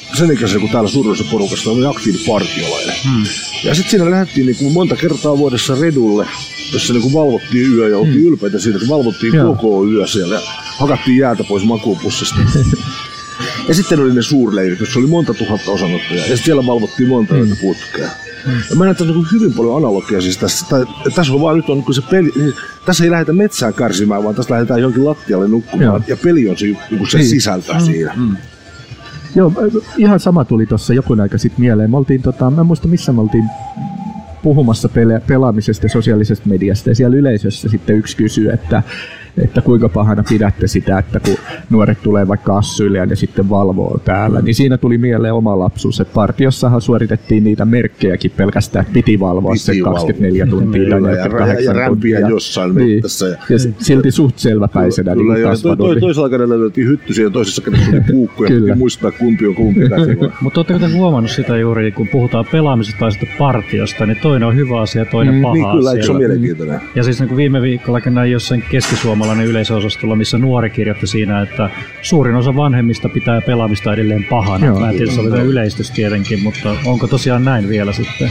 sen ikäisen kuin täällä Surullisessa porukassa, oli aktiivipartiolainen. Hmm. Ja sitten siinä lähdettiin niin monta kertaa vuodessa redulle, jossa niin valvottiin yö ja oltiin hmm. ylpeitä siitä, että valvottiin Joo. koko yö siellä ja hakattiin jäätä pois makuupussista. Ja sitten oli ne suurleirit, jossa oli monta tuhatta osanottajaa ja siellä valvottiin monta hmm. putkea. Ja mä näen tässä niin hyvin paljon analogiaa siis tässä. Tai, tässä on vaan nyt on, kun se peli, tässä ei lähdetä metsään kärsimään, vaan tässä lähdetään johonkin lattialle nukkumaan. Joo. Ja peli on se, niin se sisältö mm. siinä. Mm. Joo, ihan sama tuli tuossa joku aika sitten mieleen. Me oltiin, tota, mä en muista missä me oltiin puhumassa pela- pelaamisesta ja sosiaalisesta mediasta. Ja siellä yleisössä sitten yksi kysyi, että että kuinka pahana pidätte sitä, että kun nuoret tulee vaikka assyille ja ne sitten valvoo täällä, niin siinä tuli mieleen oma lapsuus, että partiossahan suoritettiin niitä merkkejäkin pelkästään, että piti valvoa piti se kaksikymmentäneljä valvoa. Tuntia ja, ja, ja, ja rämpiä jossain niin. mettässä. Ja, ja silti suht selväpäisenä. Kyllä, niin ja to, to, toisella kädellä löytiin hyttysiä ja toisessa kädessä tuli puukku ja piti muistaa kumpi on kumpi. Mutta oletteko te huomannut sitä juuri, kun puhutaan pelaamisesta tai sitten partiosta, niin toinen on hyvä asia ja toinen mm, paha niin, kyllä, asia. Se on mielenkiintoinen. Ja siis niin kuin viime viikollakin näin jossain keskisuomalainen yleisöosastolla, missä nuori kirjoitti siinä, että suurin osa vanhemmista pitää pelaamista edelleen pahana. Joo, mä en tiedä, se oli yleistys tietenkin, mutta onko tosiaan näin vielä sitten?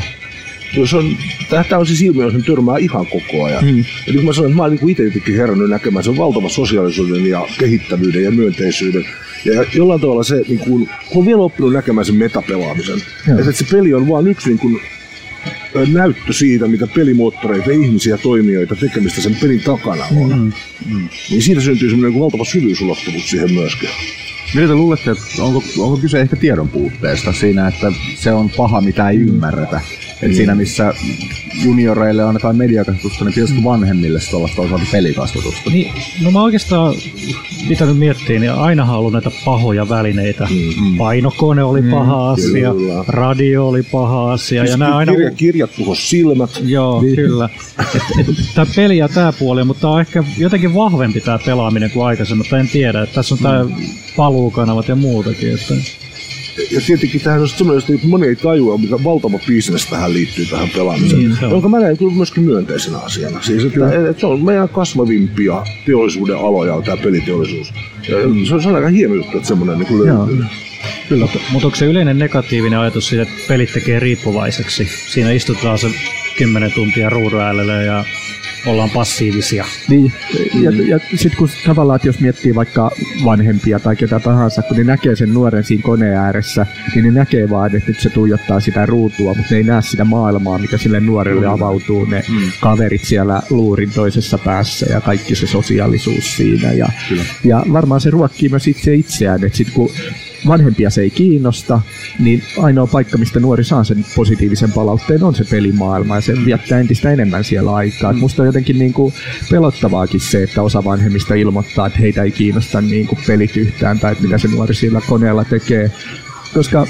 Tämä on siis ilmiö, jos ne törmää ihan koko ajan. Hmm. Ja niin mä sanoin, että mä olen itse jotenkin herännyt näkemään sen valtavan sosiaalisuuden ja kehittävyyden ja myönteisyyden. Ja jollain tavalla se, niin kun, kun on vielä oppinut näkemään sen metapelaamisen, että se peli on vaan yksi niin kun, näyttö siitä, mitä pelimoottoreita, ihmisiä, toimijoita, tekemistä sen pelin takana on. Mm. Mm. Niin siitä syntyy semmoinen niin valtava syvyysulottuvuus siihen myöskin. Mitä te luulette, että onko, onko kyse ehkä tiedon puutteesta siinä, että se on paha, mitä ei ymmärretä? Mm. Siinä missä junioreille annetaan mediakasvatusta, niin pitäisikö vanhemmille olla toisaalta pelikasvatusta? Niin, no mä oikeastaan, mitä nyt miettii, niin ainahan on ollut näitä pahoja välineitä. Mm. Painokone oli mm. paha asia, kyllä. Radio oli paha asia. Siis ja nämä aina... kirja, kirjat tuhos silmät. Joo, niin. Kyllä. Tämä peli ja tämä puoli, mutta on ehkä jotenkin vahvempi tämä pelaaminen kuin aikaisemmin, mutta en tiedä. Että tässä on tämä mm. paluukanavat ja muutakin. Että... Ja tietenkin tähän on semmoinen, että moni ei tajua, mikä valtava business tähän liittyy tähän pelaamiseen, niin, jonka mä näen kyllä myöskin myönteisenä asiana. Siis, että, että se on meidän kasvavimpia teollisuuden aloja on tämä peliteollisuus. Ja se on, se on aika hieno juttu, että semmoinen niin löytyy. Kyllä. Mutta, mutta onko se yleinen negatiivinen ajatus siitä, että pelit tekee riippuvaiseksi? Siinä istutaan se kymmenen tuntia ruudun äärellä ja ollaan passiivisia. Niin, ja, ja sitten kun tavallaan, että jos miettii vaikka vanhempia tai ketä tahansa, kun ne näkee sen nuoren siinä koneen ääressä, niin ne näkee vaan, että nyt se tuijottaa sitä ruutua, mutta ne ei näe sitä maailmaa, mikä sille nuorelle avautuu, ne mm. kaverit siellä luurin toisessa päässä ja kaikki se sosiaalisuus siinä. Ja, ja varmaan se ruokkii myös itse itseään, että sit kun vanhempia se ei kiinnosta, niin ainoa paikka, mistä nuori saa sen positiivisen palautteen, on se pelimaailma, ja se viettää entistä enemmän siellä aikaa. Mm. Musta on jotenkin niin kuin pelottavaakin se, että osa vanhemmista ilmoittaa, että heitä ei kiinnosta niin kuin pelit yhtään, tai että mitä se nuori sillä koneella tekee. Koska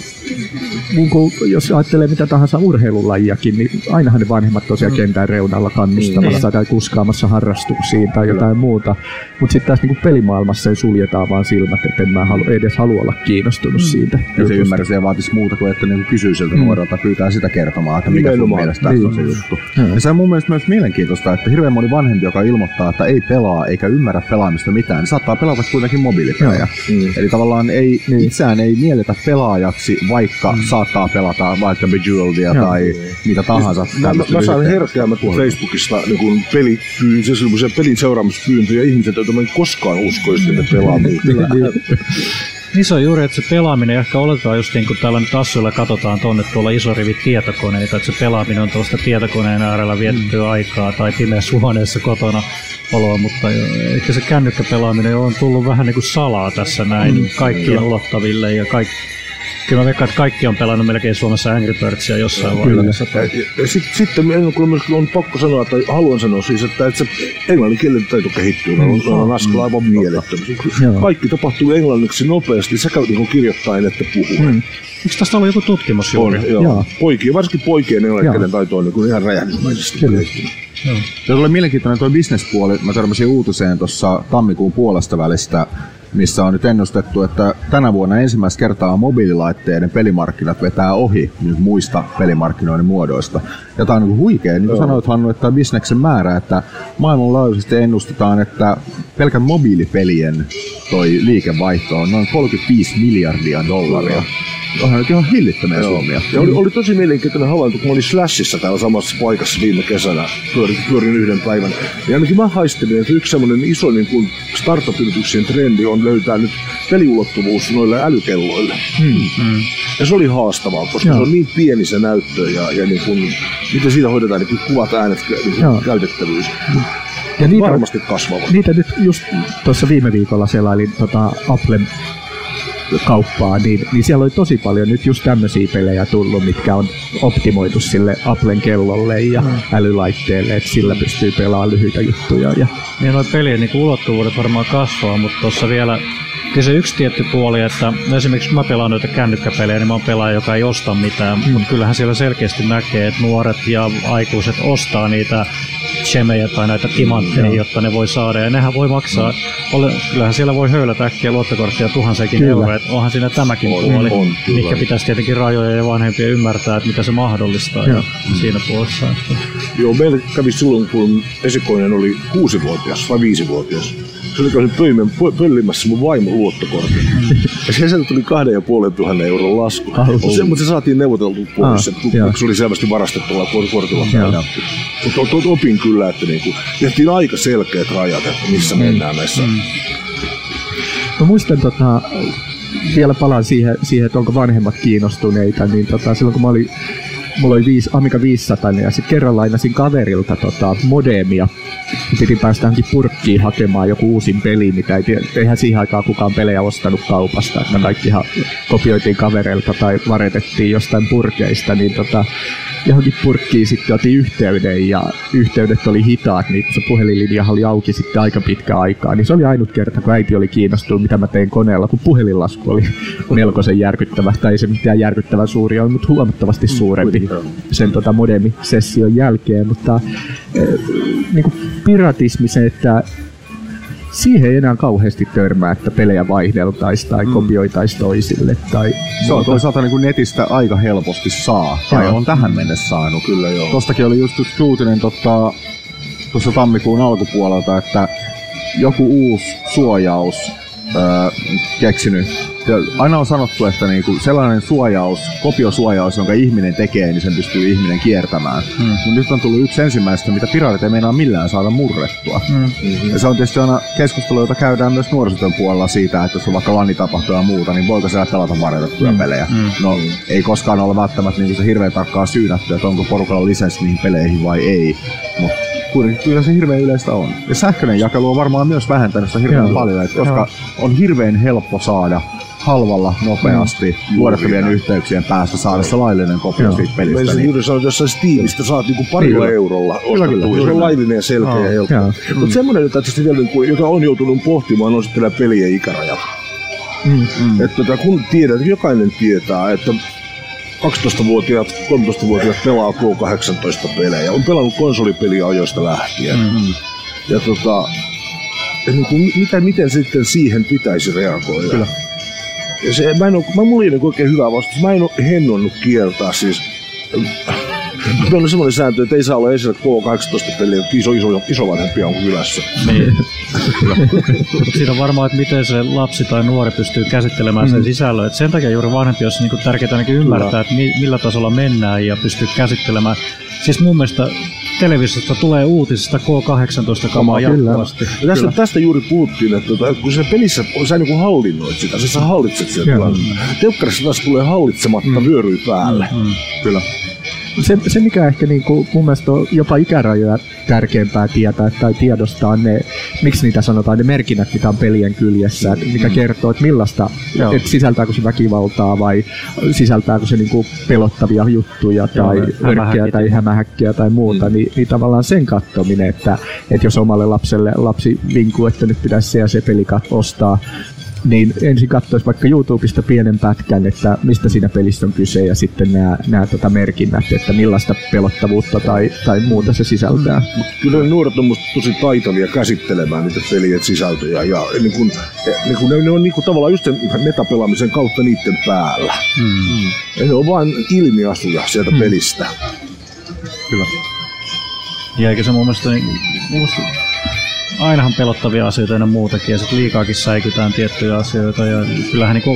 niin kuin, jos ajattelee mitä tahansa urheilulajiakin, niin ainahan ne vanhemmat tosiaan kentän reunalla kannustamassa mm. tai kuskaamassa harrastuksiin tai jotain mm. muuta. Mutta sitten taas niin kuin pelimaailmassa ei suljetaan vaan silmät, että en mä halu, edes halua olla kiinnostunut mm. siitä. Ja se ymmärrys ei vaatisi muuta kuin, että niin kysyy siltä mm. nuorelta, pyytää sitä kertomaan, että mikä sun mielestä tässä niin. on se juttu. Mm. Ja se on mun mielestä myös mielenkiintoista, että hirveän moni vanhempi, joka ilmoittaa, että ei pelaa eikä ymmärrä pelaamista mitään, niin saattaa pelata kuitenkin mobiilipelejä. Mm. Eli tavallaan ei, niin. itseään ei mielletä pelaajaksi, vaikka mm. saattaa pelata vaikka Bejeweledia ja. tai mitä tahansa. Mä, mä, mä saan herkeämättä Facebookista niin peli, se pelin seuraamispyyntö ja ihmiset, joita mä en koskaan uskoisi, että ne pelaa Niin se on juuri, että se pelaaminen ehkä oletetaan just niin kuin täällä nyt Assuilla katsotaan tonne tuolla iso rivi tietokoneita, että se pelaaminen on tuosta tietokoneen äärellä vietettyä mm. aikaa tai pimeässä huoneessa kotona oloa, mutta ehkä se kännykkäpelaaminen on tullut vähän niin kuin salaa tässä näin mm. kaikkien ulottaville ja kaikki. Kyllä mä veikkaan, että kaikki on pelannut melkein Suomessa Angry Birdsia jossain vaiheessa. Sitten sit, on pakko sanoa, tai haluan sanoa siis, että, että se englannin kielen taito kehittyy. Mm. On, on askel aivan mielettömästi. Kaikki tapahtuu englanniksi nopeasti, sekä niin kirjoittain että puhuen. Mm. Eikö tästä ollut joku tutkimus juuri? On, joo. Joo. Poikien, varsinkin poikien englannin kielen taito on niin ihan räjähdysmäisesti kehittynyt. Se oli mielenkiintoinen tuo bisnespuoli. Mä törmäsin uutiseen tuossa tammikuun puolesta välistä missä on nyt ennustettu, että tänä vuonna ensimmäistä kertaa mobiililaitteiden pelimarkkinat vetää ohi nyt muista pelimarkkinoiden muodoista. Ja tämä on niin huikea, niin kuin sanoit Hannu, että bisneksen määrä, että maailmanlaajuisesti ennustetaan, että pelkän mobiilipelien toi liikevaihto on noin kolmekymmentäviisi miljardia dollaria. Onhan nyt ihan hillittömiä summia. Ja oli, oli tosi mielenkiintoinen havainto, kun mä olin Slashissa täällä samassa paikassa viime kesänä, pyörin, pyörin yhden päivän. Ja ainakin mä haistelin, että yksi semmoinen iso niin kuin startup-yrityksien trendi on löytää nyt peliulottuvuus noille älykelloille. Hmm. Hmm. Ja se oli haastavaa, koska Joo. se on niin pieni se näyttö ja, ja niin kuin, miten siitä hoidetaan niin kuvat, äänet, niin käytettävyys. Hmm. Ja niitä, varmasti kasvavat. Niitä nyt just tuossa viime viikolla selailin tota Applen kauppaa, niin, niin siellä oli tosi paljon nyt just tämmöisiä pelejä tullut, mitkä on optimoitu sille Applen kellolle ja mm. älylaitteelle, että sillä pystyy pelaamaan lyhyitä juttuja. Ja niin noin pelien niin ulottuvuudet varmaan kasvaa, mutta tuossa vielä kyllä se yksi tietty puoli, että esimerkiksi kun mä pelaan noita kännykkäpelejä, niin mä oon pelaaja, joka ei osta mitään, mm. mutta kyllähän siellä selkeästi näkee, että nuoret ja aikuiset ostaa niitä chemejä tai näitä timantteja, mm. jotta ne voi saada, ja nehän voi maksaa, mm. kyllähän siellä voi höylätä äkkiä luottokorttia tuhansiakin euroa, että onhan siinä tämäkin on, puoli, on, mikä pitäisi tietenkin rajoja ja vanhempia ymmärtää, että mitä se mahdollistaa ja siinä puolessa. Että. Joo, meillä kävi silloin, kun esikoinen oli kuusivuotias vai viisivuotias. Se oli käynyt pöimän, pöllimässä mun vaimon luottokortin. Ja sieltä tuli kahden ja puolen tuhannen euron lasku. Se, mutta se saatiin neuvoteltua pois, ah, kun se oli selvästi varastettua kortilla. Mutta opin kyllä, että niinku, tehtiin aika selkeät rajat, että missä mm. mennään näissä. Mm. Mä muistan, tota, vielä palaan siihen, siihen, että onko vanhemmat kiinnostuneita, niin tota, silloin kun mä olin mulla oli viis, Amiga viisisataa ja sitten kerran lainasin kaverilta tota, modemia. Piti päästä johonkin purkkiin hakemaan joku uusin peli, mitä ei, eihän siihen aikaan kukaan pelejä ostanut kaupasta. Että kaikkihan kopioitiin kavereilta tai varetettiin jostain purkeista, niin tota, johonkin purkkiin sitten otin yhteyden ja yhteydet oli hitaat, niin se puhelinlinja oli auki sitten aika pitkä aikaa. Niin se oli ainut kerta, kun äiti oli kiinnostunut, mitä mä tein koneella, kun puhelinlasku oli melkoisen järkyttävä. Tai ei se mitään järkyttävän suuri ole, mutta huomattavasti suurempi sen tota modemisession jälkeen. Mutta eh, niin kuin piratismi se, että siihen ei enää kauheasti törmää, että pelejä vaihdeltaisiin tai mm. kopioitaisiin toisille. Tai se on toisaalta niin kuin netistä aika helposti saa, tai on tähän mennessä saanut. Kyllä joo. Tostakin oli just yksi uutinen tuossa tota, tammikuun alkupuolelta, että joku uusi suojaus öö, keksinyt. Aina on sanottu, että niinku sellainen suojaus, kopiosuojaus, jonka ihminen tekee, niin sen pystyy ihminen kiertämään. Mm. Mutta nyt on tullut yksi ensimmäistä, mitä piraatit ei meinaa millään saada murrettua. Mm. Mm-hmm. Ja se on tietysti aina keskustelu, jota käydään myös nuorisotyön puolella siitä, että jos on vaikka LAN tapahtuu ja muuta, niin voiko siellä pelata varjoitettuja mm. pelejä. Mm. No mm. ei koskaan ole välttämättä niin se hirveän tarkkaan syynätty, että onko porukalla lisenssi niihin peleihin vai ei. Mut kuitenkin kyllä se hirveän yleistä on. Ja sähköinen jakelu on varmaan myös vähentänyt sitä hirveän Joo. paljon, että koska Joo. on hirveän helppo saada halvalla, nopeasti, mm. luodettavien yhteyksien päästä saada se laillinen kopio Joo. siitä pelistä. Meillä niin. juuri sanoit, että jossain Steamista saat niinku parilla niin. eurolla ostettua. Se on laillinen ja selkeä oh. ja helppo. Mm. Mutta semmoinen, jota, jota on joutunut pohtimaan, on sitten pelien ikärajat. Mm. Mm. Että tota, kun tiedät, jokainen tietää, että kaksitoistavuotiaat, kolmetoistavuotiaat pelaa K kahdeksantoista pelejä. On pelannut konsolipeliä ajoista lähtien. Mm. Ja tota, niin kuin, mitä, miten sitten siihen pitäisi reagoida? Kyllä. Ja se, mä en oo, mä mulla ei ole oikein hyvä vastaus. Mä en oo hennonnut kieltää siis. Meillä on semmoinen sääntö, että ei saa olla esillä K kahdeksantoista peliä, että iso, iso, isovanhempia on kylässä. Niin. Siinä on varmaan, että miten se lapsi tai nuori pystyy käsittelemään mm. sen sisällön. Et sen takia juuri vanhempi olisi niinku tärkeää ainakin ymmärtää, että millä tasolla mennään ja pystyy käsittelemään. Siis mun mielestä televisiosta tulee uutisista K kahdeksantoista kamaa jatkuvasti. Tästä, tästä juuri puhuttiin, että, että kun se pelissä sä niin kuin hallinnoit sitä, sä hallitset sitä tilannetta. Teukkarissa taas tulee hallitsematta mm. vyöryy päälle. Mm. Mm. Kyllä. Se, se mikä ehkä niinku, mun mielestä on jopa ikärajoja tärkeämpää tietää tai tiedostaa ne, miksi niitä sanotaan, ne merkinnät, mitä on pelien kyljessä, mikä mm. kertoo, että millaista, että sisältääkö se väkivaltaa vai sisältääkö se niinku pelottavia juttuja tai örkkeä tai hämähäkkiä tai muuta, mm. niin, niin tavallaan sen katsominen, että, että jos omalle lapselle lapsi vinkuu, että nyt pitäisi se ja se peli ostaa, niin ensin katsoisi vaikka YouTubesta pienen pätkän, että mistä siinä pelissä on kyse ja sitten nämä, nämä tota merkinnät, että millaista pelottavuutta tai, tai muuta se sisältää. Mm. Kyllä ne nuoret on musta tosi taitavia käsittelemään niitä pelien sisältöjä ja niin kun, niin kun ne, ne on niin kun tavallaan just sen metapelaamisen kautta niiden päällä. Mm. Ja ne on vain ilmiasuja sieltä mm. pelistä. Kyllä. Ja eikä se mun mielestä, niin, mun mielestä ainahan pelottavia asioita ja muutakin ja sit liikaakin säikytään tiettyjä asioita ja kyllähän niinku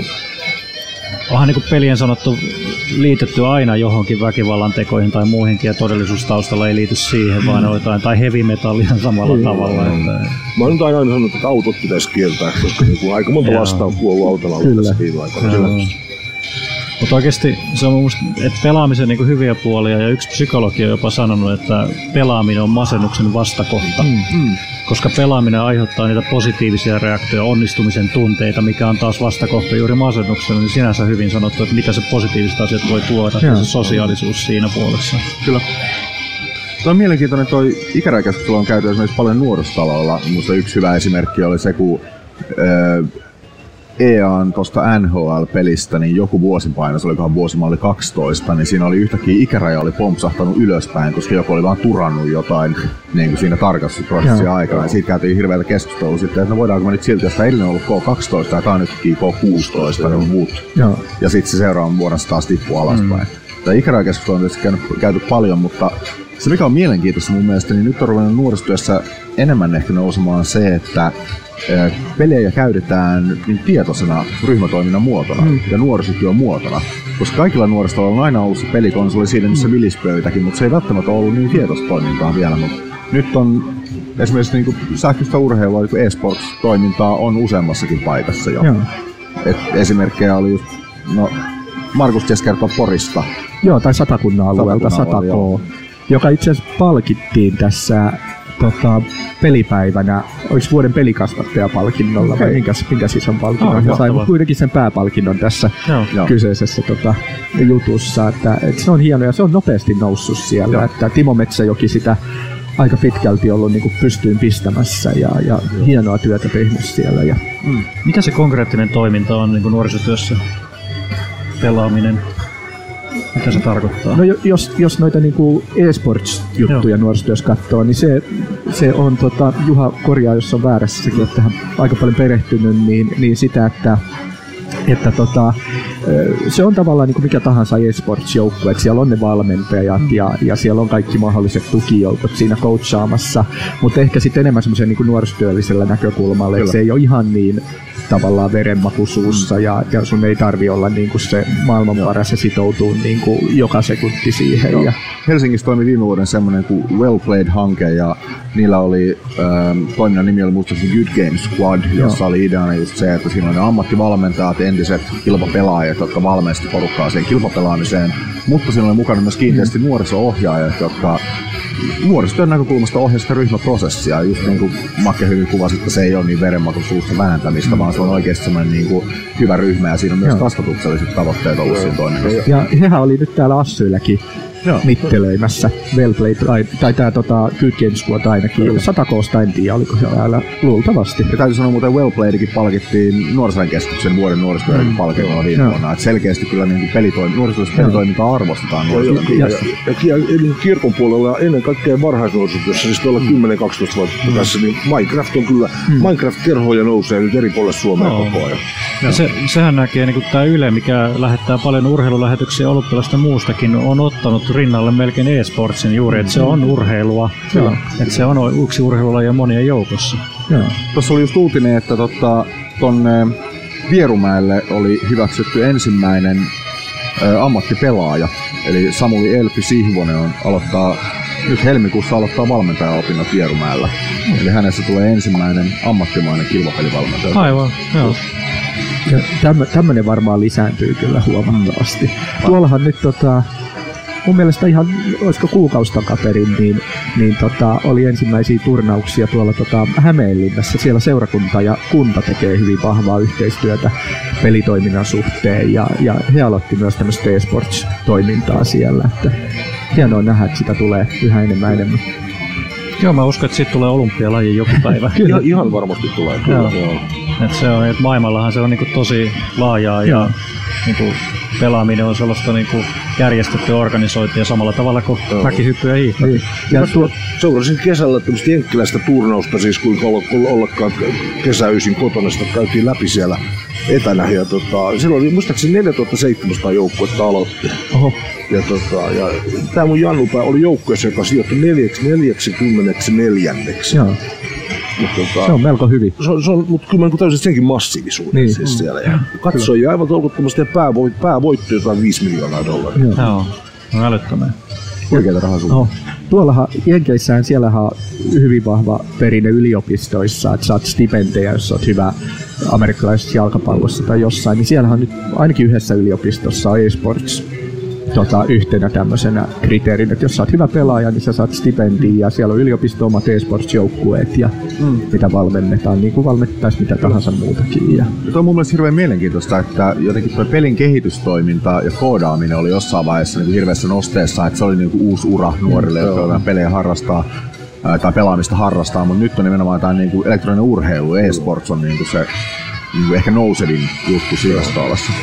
onhan niinku pelien sanottu liitetty aina johonkin väkivallan tekoihin tai muihinkin ja todellisuustaustalla ei liity siihen, mm. vaan jotain tai heavy metallia samalla mm. tavalla. Että... Mä oon nyt aina sanonut, että autot pitäisi kieltää, koska niinku aika monta lasta on kuollut autolla autossa viime aikana. Mutta oikeesti se on mun mielestä, että pelaamisen niinku hyviä puolia ja yksi psykologi on jopa sanonut, että pelaaminen on masennuksen vastakohta. Mm. Mm. Koska pelaaminen aiheuttaa niitä positiivisia reaktioja, onnistumisen tunteita, mikä on taas vastakohta juuri masennuksena, niin sinänsä hyvin sanottu, että mitä se positiiviset asiat voi tuoda ja se sosiaalisuus siinä puolessa. Kyllä. Tuo on mielenkiintoinen toi ikäräikeskustelu on käyty esimerkiksi paljon nuorisotaloilla. Minusta yksi hyvä esimerkki oli se, kun öö, E A:n tuosta N H L-pelistä, niin joku vuosipaino, se olikohan vuosimalli kaksitoista, niin siinä oli yhtäkkiä ikäraja oli pompsahtanut ylöspäin, koska joku oli vaan turannut jotain niin kuin siinä tarkastusprosessin aikana. Ja siitä käytiin hirveätä keskustelua sitten, että no voidaanko me nyt silti, jos tämä edellinen on ollut K kaksitoista ja tämä on nytkin K kuusitoista, niin muut. Ja, ja sitten se seuraavan vuodessa taas tippuu alaspäin. Mm. Tämä ikärajakeskustelu on tietysti käynyt, käyty paljon, mutta se mikä on mielenkiintoista mun mielestä, niin nyt on ruvennut nuorisotyössä enemmän ehkä nousemaan se, että pelejä käytetään niin tietoisena ryhmätoiminnan muotona mm. ja nuorisotyön muotona. Koska kaikilla nuoristolla on aina ollut se pelikonsoli siinä, missä mm. vilispöytäkin, mutta se ei välttämättä ollut niin tietoista toimintaa vielä. Mutta nyt on esimerkiksi niin sähköistä urheilua, niin e-sports-toimintaa on useammassakin paikassa jo. Et esimerkkejä oli just, no Markus ties kertoa Porista. Joo, tai Satakunnan alueelta, sata K, joka itse asiassa palkittiin tässä Tota, pelipäivänä, olis vuoden pelikasvattajapalkinnolla okay. vai minkäs, minkäs ison palkinnon. Oh, sai kuitenkin sen pääpalkinnon tässä Joo. kyseisessä tota, jutussa. Että, et se on hieno ja se on nopeasti noussut siellä. Että Timo Metsäjoki sitä aika pitkälti ollut niin kuin pystyyn pistämässä ja, ja hienoa työtä tehnyt siellä. Ja... Mm. Mikä se konkreettinen toiminta on niin kuin nuorisotyössä? Pelaaminen? Mitä se tarkoittaa? No jos, jos noita niinku e-sports-juttuja nuorisotyössä katsoo, niin se, se on, tota, Juha korjaa, jos on väärässä, sekin on tähän aika paljon perehtynyt, niin, niin sitä, että, että tota, se on tavallaan niin kuin mikä tahansa e-sports-joukkue, että siellä on ne valmentajat mm. ja, ja siellä on kaikki mahdolliset tukijoukot siinä coachaamassa, mutta ehkä sitten enemmän semmoisen niin kuin nuorisotyöllisellä näkökulmalla, että se ei ole ihan niin tavallaan verenmaku suussa mm. ja, ja sun ei tarvi olla niin kuin se maailman paras ja sitoutuu niin kuin joka sekunti siihen. Ja... Helsingissä toimi viime vuoden semmoinen kuin Well Played-hanke ja niillä oli, ähm, toiminnan nimi oli muistaakseni Good Game Squad, jossa Joo. oli ideana just se, että siinä oli ne ammattivalmentajat, entiset kilpapelaajat, jotka valmesti porukkaa siihen kilpapelaamiseen, mutta siinä oli mukana myös kiinteästi mm. nuoriso-ohjaajat, jotka nuorisotyön näkökulmasta ohjaa sitä ryhmäprosessia. Just niin kuin Make hyvin kuvasi, että se ei ole niin verenmakun suusta vääntämistä, mm. vaan se on oikeasti semmoinen niin kuin hyvä ryhmä ja siinä on myös kasvatukselliset tavoitteet ollut siinä toiminnassa. Ja hehän oli nyt täällä Assyilläkin mittelöimässä Well Played, tai, tai tää tota, Good Game Squad ainakin. sata K:sta en tiedä, oliko se täällä luultavasti. Ja täytyy sanoa muuten Well Playedikin palkittiin Nuorisotyön keskuksen vuoden nuorisotyön mm. palkinnolla viime vuonna. Et selkeästi kyllä niin pelitoim- nuorisotyössä pelitoimintaa arvostetaan nuorisotyössä. Ja, ja, ja, ja, ja kirkon puolella ennen kaikkea varhaisnuorisotyössä, siis tuolla mm. kymmenen kaksitoista vuotta mm. tässä, niin Minecraft on kyllä, mm. Minecraft-kerhoja nousee nyt eri puolille Suomea no. koko ajan. Ja se, sehän näkee, niin tämä Yle, mikä lähettää paljon urheilulähetyksiä olympialaista muustakin, on ottanut rinnalle melkein e-sportsin juuri, että se on urheilua. Joo. Että se on yksi urheilulaji monien joukossa. Tuossa oli just uutinen, että tota, tonne Vierumäelle oli hyväksytty ensimmäinen ä, ammattipelaaja. Eli Samuli Elfi Sihvonen on aloittaa, nyt helmikuussa aloittaa valmentajaopinnot Vierumäellä. Mm. Eli hänessä tulee ensimmäinen ammattimainen kilpapelivalmentaja. Aivan, joo. Ja tämmönen varmaan lisääntyy kyllä huomattavasti. Mm. Tuollahan nyt tota, mun mielestä ihan, olisiko kuukausi takaperin, niin, niin tota, oli ensimmäisiä turnauksia tuolla tota, Hämeenlinnassa. Siellä seurakunta ja kunta tekee hyvin vahvaa yhteistyötä pelitoiminnan suhteen ja, ja he aloitti myös tämmöistä e-sports-toimintaa siellä. Että hienoa nähdä, että sitä tulee yhä enemmän enemmän. Joo, mä uskon, että siitä tulee olympialaji joku päivä. Kyllä, ihan varmasti tulee. Kyllä, joo. joo. Et se on, et maailmallahan se on niinku tosi laajaa ja niinku pelaaminen on sellaista niinku järjestettyä organisointia samalla tavalla kuin mäkihyppy ja hiihto. Niin. Ja tuo, seurasin kesällä tämmöistä jenkkiläistä turnausta, siis kuinka ollakaan kesäysin kotona, sitä käytiin läpi siellä etänä. Ja tota, silloin oli muistaakseni neljätuhattaseitsemänsataa joukkuetta aloitti. Oho. Ja, tota, ja tää mun Jannupää oli joukkueessa, joka sijoittui neljäkymmentäneljänneksi. Joo. Tota, se on melko hyvin. Se on, se on, mutta kyllä mä täysin senkin massiivisuuden niin. Siis siellä. Ja katsojia aivan tolkuttomasti ja päävoitto, päävoitto jotain viisi miljoonaa dollaria. Joo, Joo. No älyttömän. Oikeita rahasummaa. No, tuollahan Jenkeissähän siellähän on hyvin vahva perinne yliopistoissa, että saat stipendejä, jos olet hyvä amerikkalaisessa jalkapallossa tai jossain, niin siellähän on nyt ainakin yhdessä yliopistossa on eSports tota, yhtenä tämmöisenä kriteerin, että jos sä oot hyvä pelaaja, niin sä saat stipendiä ja siellä on yliopisto-omat eSports-joukkueet ja mm. mitä valmennetaan, niin kuin valmennettaisiin mitä tahansa muutakin. Ja tuo on mun mielestä hirveän mielenkiintoista, että jotenkin tuo pelin kehitystoiminta ja koodaaminen oli jossain vaiheessa niin hirveässä nosteessa, että se oli niin kuin uusi ura nuorille, mm, jotka pelejä harrastaa tai pelaamista harrastaa, mutta nyt on nimenomaan tämä niin kuin elektroninen urheilu, eSports on niin kuin se niin kuin ehkä nousevin juttu siinä skaalassa.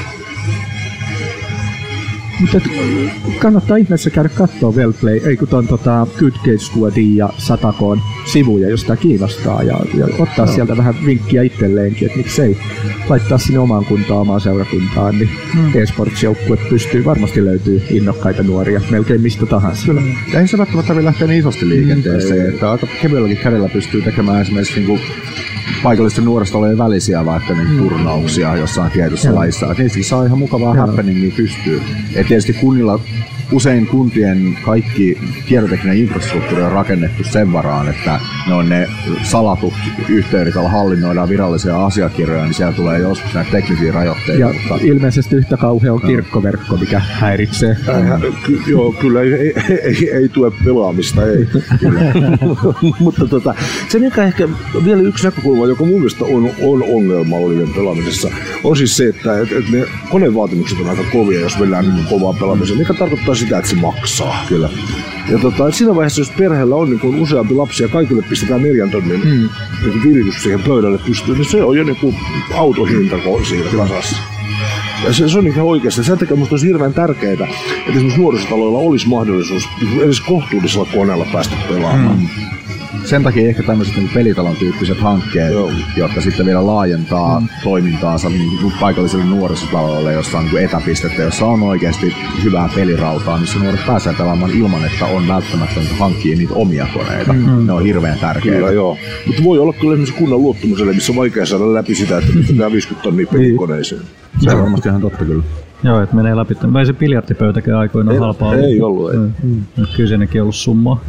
Mutta kannattaa ihmeessä käydä kattoo Wellplay, ei kun ton tota, Good Game Squadin ja Satakoon sivuja, jos tää kiinnostaa ja, ja ottaa no. sieltä vähän vinkkiä itselleenkin, että miksei laittaa sinne omaan kuntaan, omaan seurakuntaan, niin hmm. eSports-joukkue pystyy, varmasti löytyy innokkaita nuoria, melkein mistä tahansa. Kyllä. Ja ei se välttämättä tarvitse lähteä niin isosti liikenteeseen, mm. että aika kevyelläkin kädellä pystyy tekemään esimerkiksi niinku paikallisten nuoristojen välisiä vaikka niin turnauksia jossain tietyssä lajissa. Niistäkin saa ihan mukavaa happeningia pystyy. Et tietysti kunnilla, usein kuntien kaikki tietotekninen infrastruktuuri on rakennettu sen varaan, että ne on ne salatut yhteydet, joilla hallinnoidaan virallisia asiakirjoja, niin siellä tulee joskus näitä teknisiä rajoitteita. Ja mutta ilmeisesti yhtä kauhea on kirkkoverkko, mikä häiritsee. Äh, ky- joo, kyllä ei, ei, ei, ei tue pelaamista, ei. Mutta tota, se mikä ehkä vielä yksi näkökulma, joka mun mielestä on, on ongelmallinen pelaamisessa, on siis se, että et, et ne konevaatimukset on aika kovia, jos mennään niin kovaa pelaamiseen, mikä tarkoittaa sitä, että se maksaa. Kyllä. Ja tota, siinä vaiheessa, jos perheellä on niin useampi lapsi ja kaikille pistetään neljän tonnin mm. niin viritys siihen pöydälle pystyyn, niin se on jo niin autohinta siinä kasassa. Ja se, se on ihan oikeasti. Sen takia minusta olisi hirveän tärkeää, että esimerkiksi nuorisotaloilla olisi mahdollisuus edes kohtuullisella koneella päästä pelaamaan. Mm. Sen takia ehkä tämmöiset niin pelitalon tyyppiset hankkeet, Joo. jotka sitten vielä laajentaa mm. toimintaansa niin paikalliselle nuorisotalolle, jossa on niin etäpistettä, jossa on oikeasti hyvää pelirautaa, missä nuoret pääsee pelaamaan ilman, että on välttämättä hankkia niitä omia koneita. Mm. Ne on hirveän tärkeitä. Kyllä, joo. Mutta voi olla kyllä esimerkiksi kunnan luottamuselle, missä on vaikea saada läpi sitä, että pistetään viisikymmentä tonnia pelikoneeseen. Se on varmasti ihan totta kyllä. Joo, että menee läpi. Vai se biljardipöytäkään aikoinaan halpaa ollut? Ei ollut. Ei. Mm. Kyllä senkin ollut summaa.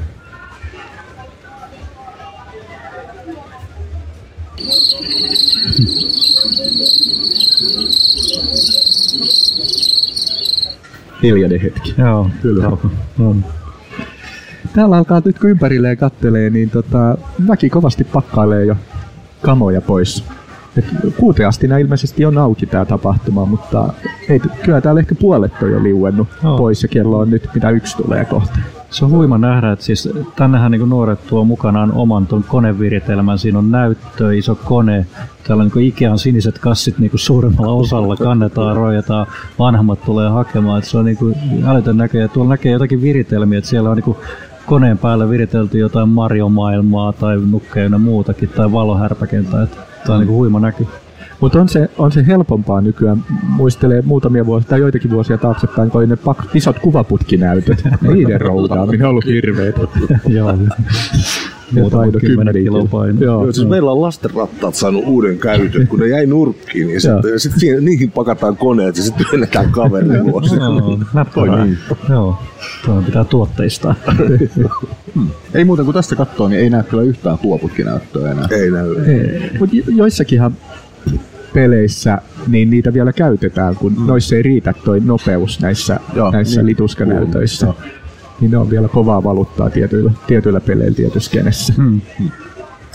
Hiljainen hetki. Joo, kyllä. Joo. Täällä alkaa nyt kun ympärilleen kattelee, niin tota, väki kovasti pakkailee jo kamoja pois. Et kuuteen asti nää ilmeisesti on auki tää tapahtuma, mutta ei, kyllä täällä ehkä puolet on jo liuennut Joo. pois ja kello on nyt mitä yksi tulee kohta. Se on huima nähdä, että siis tännehän niin nuoret tuo mukanaan oman tuon koneviritelmän. Siinä on näyttö, iso kone. Täällä niin Ikean siniset kassit niin suuremmalla osalla kannetaan, roijataan, vanhemmat tulee hakemaan. Että se on niin älytön näköjä. Tuolla näkee jotakin viritelmiä, että siellä on niin koneen päällä viritelty jotain Mario-maailmaa tai nukkeja ja muutakin tai valohärpäkentä. Tämä on niin huima näky. Mutta on se, on se helpompaa nykyään. Muistelee muutamia vuosia tai joitakin vuosia taaksepäin, kun oli ne pak- isot kuvaputkinäytöt. Niiden roudaaminen on ollut hirveetä. Joo. Muutama kymmenen kilon paino. Joo, siis meillä on lastenrattaat saanut uuden käytön, kun ne jäi nurkkiin, niin sitten sit niihin pakataan koneet ja sitten työnnetään kaverin vuosi. Joo, näppärää. Joo, tuohon pitää tuotteistaa. hmm. Ei muuten kuin tästä katsoo, niin ei näe kyllä yhtään kuvaputkinäyttöä enää. Ei näy. Mutta joissakinhan peleissä niin niitä vielä käytetään, kun mm. noissa ei riitä toi nopeus näissä, Joo, näissä niin, lituskanäytöissä. Niin ne on vielä kovaa valuuttaa tietyillä, tietyillä peleillä tietyssä kenessä. Hmm.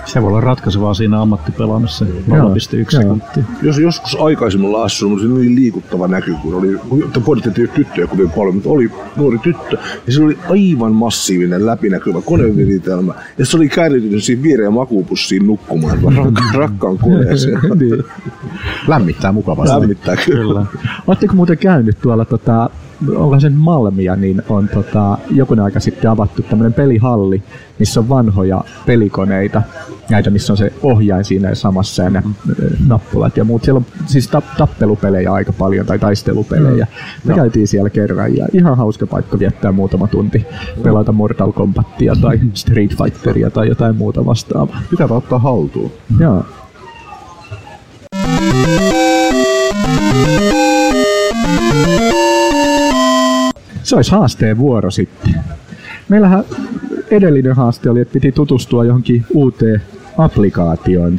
Se voi olla ratkaisevaa siinä ammattipelaamassa nolla pilkku yksi sekuntia. Jos joskus aikaisemmalla assuilla se oli liikuttava näky, kun oli, kun pohdittiin tyttöjä kovin paljon, mutta oli nuori tyttö ja sillä oli aivan massiivinen läpinäkyvä koneviritelmä ja se oli kääritynyt siihen viereen makuupussiin nukkumaan rakkaan, rakkaan koneeseen. Niin. Lämmittää mukavasti. Lämmittää kyllä. Oletteko muuten käynyt tuolla, tota, onko sen Malmia, niin on tota, jokunen aika sitten avattu tämmöinen pelihalli, missä on vanhoja pelikoneita, näitä missä on se ohjain siinä samassa ja ne nappulat ja muut. Siellä on siis ta- tappelupelejä aika paljon tai taistelupelejä. Me no. käytiin siellä kerran ja ihan hauska paikka viettää muutama tunti, pelata Mortal Kombatia tai Street Fighteria tai jotain muuta vastaavaa. Pitää ottaa haltuun. Joo. Se olisi haasteen vuoro sitten. Meillähän edellinen haaste oli, että piti tutustua johonkin uuteen applikaatioon.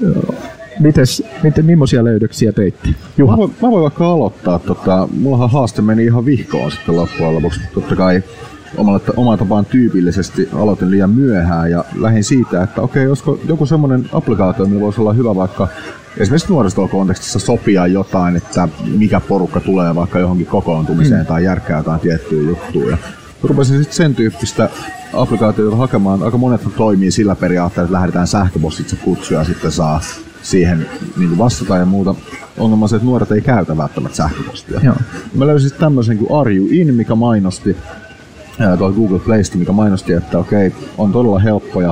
Mites, miten, millaisia löydöksiä teitte? Juha? Mä voin, mä voin vaikka aloittaa. Tota, mullahan haaste meni ihan vihkoon sitten loppujen lopuksi. Totta kai oman tapaan tyypillisesti aloitin liian myöhään ja lähdin siitä, että okei, olisiko joku semmoinen applikaatio, millä voisi olla hyvä vaikka esimerkiksi nuorisokontekstissa sopia jotain, että mikä porukka tulee vaikka johonkin kokoontumiseen mm. tai järkkää jotain tiettyä juttua. Ja rupesin sitten sen tyyppistä applikaatiota hakemaan. Aika monet toimii sillä periaatteella, että lähdetään sähköpostitse kutsuja ja sitten saa siihen niin vastata ja muuta. Ongelma on se, että nuoret ei käytä välttämättä sähköpostia. Joo. Mä löysin sitten tämmöisen kuin Are You In, mikä mainosti tuolla Google Playsta, mikä mainosti, että okei, on todella helppoja.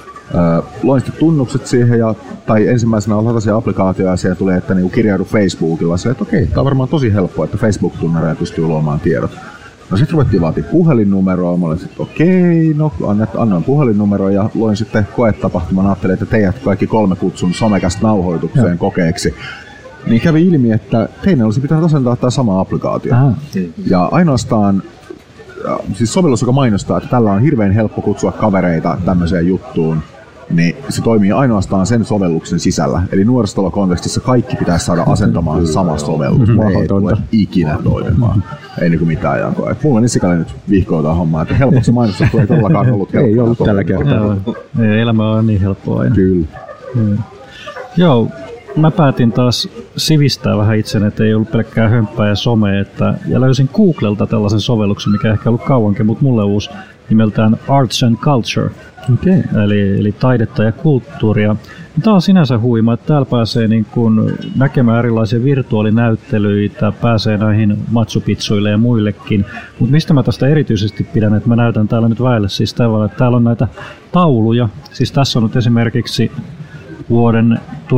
Loin sitten tunnukset siihen, ja, tai ensimmäisenä on lataisia applikaatioja ja siellä tulee, että niinku kirjaudu Facebookilla. Se, että okei, tää on varmaan tosi helppoa, että Facebook-tunnareja pystyy luomaan tiedot. No sit ruvettiin vaatia puhelinnumeroa, mä olin sitten okei, no annoin puhelinnumeroa ja loin sitten koetapahtuman, ajattelin, että teidät kaikki kolme kutsun Somecast nauhoitukseen ja kokeeksi. Niin kävi ilmi, että teidän olisi pitänyt asentaa tämä sama applikaatio. Aha. Ja ainoastaan siis sovellus, joka mainostaa, että tällä on hirveän helppo kutsua kavereita tämmöiseen juttuun, niin se toimii ainoastaan sen sovelluksen sisällä. Eli nuorisotalokontekstissa kaikki pitäisi saada asentamaan sama sovellus. Mm-hmm. Ei tule ikinä toimimaan. Ei niinku mitään jakoa. Et mulla on niin sikäli nyt vihkoitaan hommaa, että helpoksi mainostaa ei todellakaan ollut helppoa. Ei ollut tällä kertaa. Ei, elämä on niin helppoa aina. Kyllä. Mm. Joo. Mä päätin taas sivistää vähän itseni, että ei ollut pelkkää hömppää ja somea, että, ja löysin Googlelta tällaisen sovelluksen, mikä ehkä ollut kauankin, mutta mulle uusi, nimeltään Arts and Culture, okay. eli, eli taidetta ja kulttuuria. Tämä on sinänsä huima, että täällä pääsee niin kun näkemään erilaisia virtuaalinäyttelyitä, pääsee näihin Machu Picchuille ja muillekin, mutta mistä mä tästä erityisesti pidän, että mä näytän täällä nyt väelle siis tavalla, että täällä on näitä tauluja, siis tässä on nyt esimerkiksi vuoden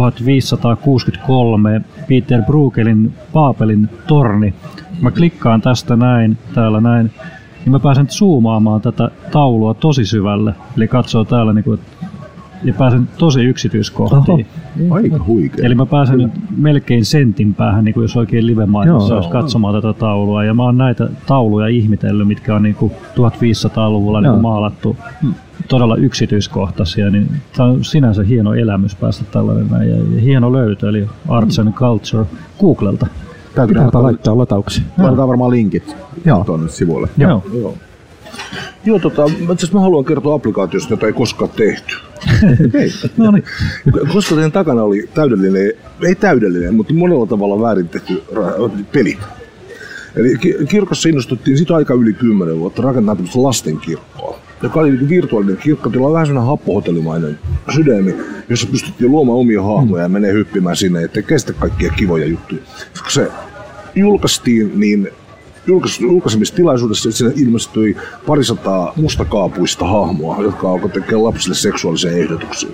tuhatviisisataakuusikymmentäkolme Peter Bruegelin Baabelin torni. Mä klikkaan tästä näin, täällä näin, niin mä pääsen zoomaamaan tätä taulua tosi syvälle. Eli katsoo täällä niinku, ja pääsen tosi yksityiskohtiin. Oho, aika huikea. Eli mä pääsen nyt melkein sentin päähän, niin kuin jos oikein live-mainissa olisi katsomaan tätä taulua. Ja mä oon näitä tauluja ihmetellyt, mitkä on niinku tuhatviisisataaluvulla niinku maalattu. Todella yksityiskohtaisia, niin tämä on sinänsä hieno elämys päästä tällainen näin, ja, ja hieno löytö, eli Arts and Culture Googlelta. Pitääpä laittaa latauksia. Laitetaan varmaan linkit tuonne sivuille. Joo. Joo. Joo, tota, mä haluan kertoa applikaatiosta, jota ei koskaan tehty. Okay. No niin. Koska sen takana oli täydellinen, ei täydellinen, mutta monella tavalla väärin tehty peli. Eli kirkossa innostuttiin sitä aika yli kymmenen vuotta rakentaa tämmöistä lastenkirkkoa, joka oli virtuaalinen kirkko, jolla on vähän sellainen happohotellimainen sydämi, jossa pystyttiin luomaan omia hahmoja ja menee hyppimään sinne, ettei kestä kaikkia kivoja juttuja. Koska se julkaistiin, niin julkais, julkaisemistilaisuudessa siinä ilmestyi parisataa mustakaapuista hahmoa, jotka alkoi tekemään lapsille seksuaalisia ehdotuksia.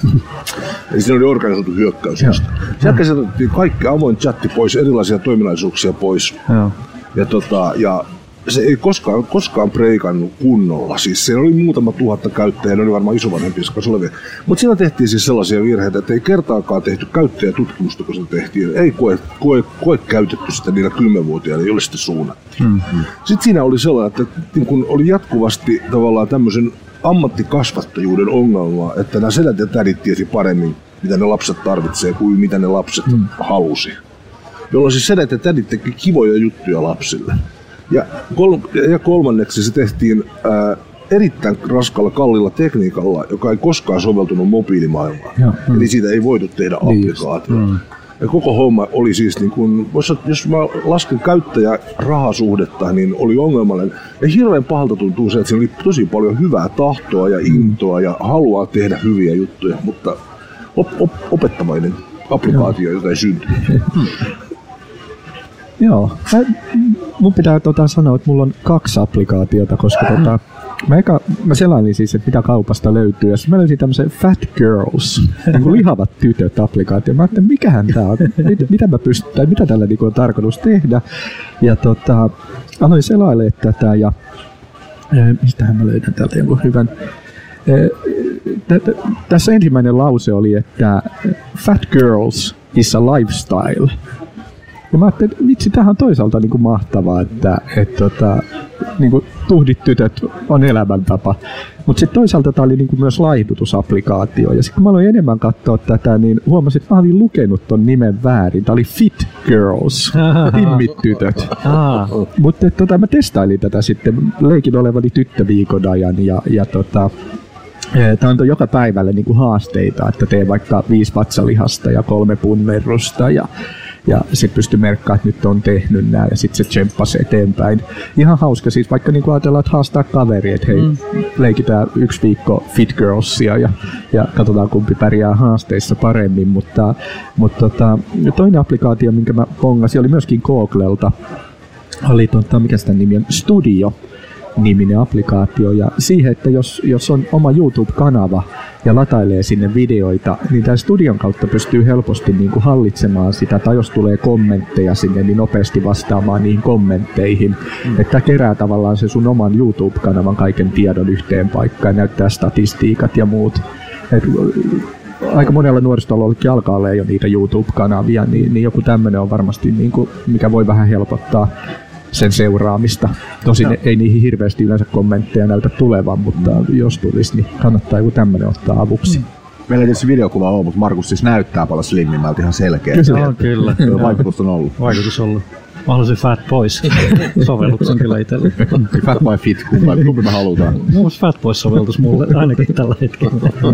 Eli siinä oli organisoitu hyökkäys. Sieltä käsiteltiin kaikki avoin chatti pois, erilaisia toiminnallisuuksia pois. Ja. Ja, tota, ja se ei koskaan, koskaan preikannut kunnolla. Siis siellä oli muutama tuhatta käyttäjää, ne oli varmaan isovanhempia kanssa olevia. Mutta siinä tehtiin siis sellaisia virheitä, että ei kertaakaan tehty käyttäjätutkimusta, kun se tehtiin. Ei koe, koe, koe käytetty sitä niillä kymmenvuotiailla, joille sitten suunnattiin. Mm-hmm. Sitten siinä oli sellainen, että niin kun oli jatkuvasti tavallaan tämmöisen ammattikasvattajuuden ongelma, että nämä sedät ja tädit tiesi paremmin, mitä ne lapset tarvitsee, kuin mitä ne lapset mm. halusi. Jolloin siis sedät ja tädit teki kivoja juttuja lapsille. Ja, kol- ja kolmanneksi se tehtiin ää, erittäin raskalla, kalliilla tekniikalla, joka ei koskaan soveltunut mobiilimaailmaan. Ja, mm. Eli siitä ei voitu tehdä applikaatio. Mm. Ja koko homma oli siis, niin kun, jos mä lasken käyttäjä-rahasuhdetta, niin oli ongelmallinen. Ja hirveän pahalta tuntuu se, että siinä oli tosi paljon hyvää tahtoa ja intoa ja halua tehdä hyviä juttuja, mutta op- op- opettavainen applikaatio, jota ei syntynyt. Joo. Mä, mun pitää tota sanoa, että mulla on kaksi applikaatiota, koska tota, mä, eka, mä selailin siis, että mitä kaupasta löytyy. Ja mä löysin tämmöisen Fat Girls, niin kuin lihavat tytöt applikaatio. Mä ajattelin, mikähän tää on, mit, mitä mä pystyn, tai mitä tällä niin kuin on tarkoitus tehdä. Ja tota, aloin selailemaan tätä ja äh, mistähän mä löydän täältä jonkun hyvän. Äh, tässä ensimmäinen lause oli, että Fat Girls is a lifestyle. Ja mä ajattelin, että vitsi, tämähän on toisaalta niin kuin mahtavaa, että et, tota, niin kuin tuhdit tytöt on elämäntapa. Mutta sitten toisaalta tämä oli niin kuin myös laihdutusapplikaatio. Ja sitten kun mä aloin enemmän katsoa tätä, niin huomasin, että mä olin lukenut ton nimen väärin. Tämä oli Fit Girls, timmit tytöt. Mutta tota, mä testailin tätä sitten, leikin olevani tyttöviikon ajan ja, ja tota, tämä antoi joka päivälle niin kuin haasteita, että tee vaikka viisi vatsalihasta ja kolme punnerrusta ja Ja sitten pystyi merkkaamaan, että nyt on tehnyt nää ja sitten se tsemppasi eteenpäin. Ihan hauska siis, vaikka niinku ajatellaan, että haastaa kaveri, että hei, mm. leikitään yksi viikko Fit Girlsia ja, ja katsotaan kumpi pärjää haasteissa paremmin. Mutta, mutta tota, toinen applikaatio, minkä mä pongasin, oli myöskin Googlelta. Oli tota, mikä sitä nimi on? Studio niminen applikaatio ja siihen, että jos, jos on oma YouTube-kanava ja latailee sinne videoita, niin tämän studion kautta pystyy helposti niin kuin hallitsemaan sitä, tai jos tulee kommentteja sinne, niin nopeasti vastaamaan niihin kommentteihin. Mm. Että kerää tavallaan se sun oman YouTube-kanavan kaiken tiedon yhteen paikkaan ja näyttää statistiikat ja muut. Et, aika monella nuorisotalollekin alkaa olla jo niitä YouTube-kanavia, niin, niin joku tämmöinen on varmasti, niin kuin, mikä voi vähän helpottaa sen seuraamista. Tosin no. ei niihin hirveästi yleensä kommentteja näytä tulevan, mutta mm. jos tulisi, niin kannattaa joku tämmöinen ottaa avuksi. Mm. Meillä ei tietysti videokuva ole, mutta Markus siis näyttää paljon slimmimmältä ihan selkeä. Kyllä, kyllä. Vaikutus on ollut. Vaikutus on ollut. Mä haluaisin Fat Boys-sovelluksen kyllä itselle. Fat vai Fit, kumpi me halutaan. No, Fat Boys-sovellus mulle ainakin tällä hetkellä.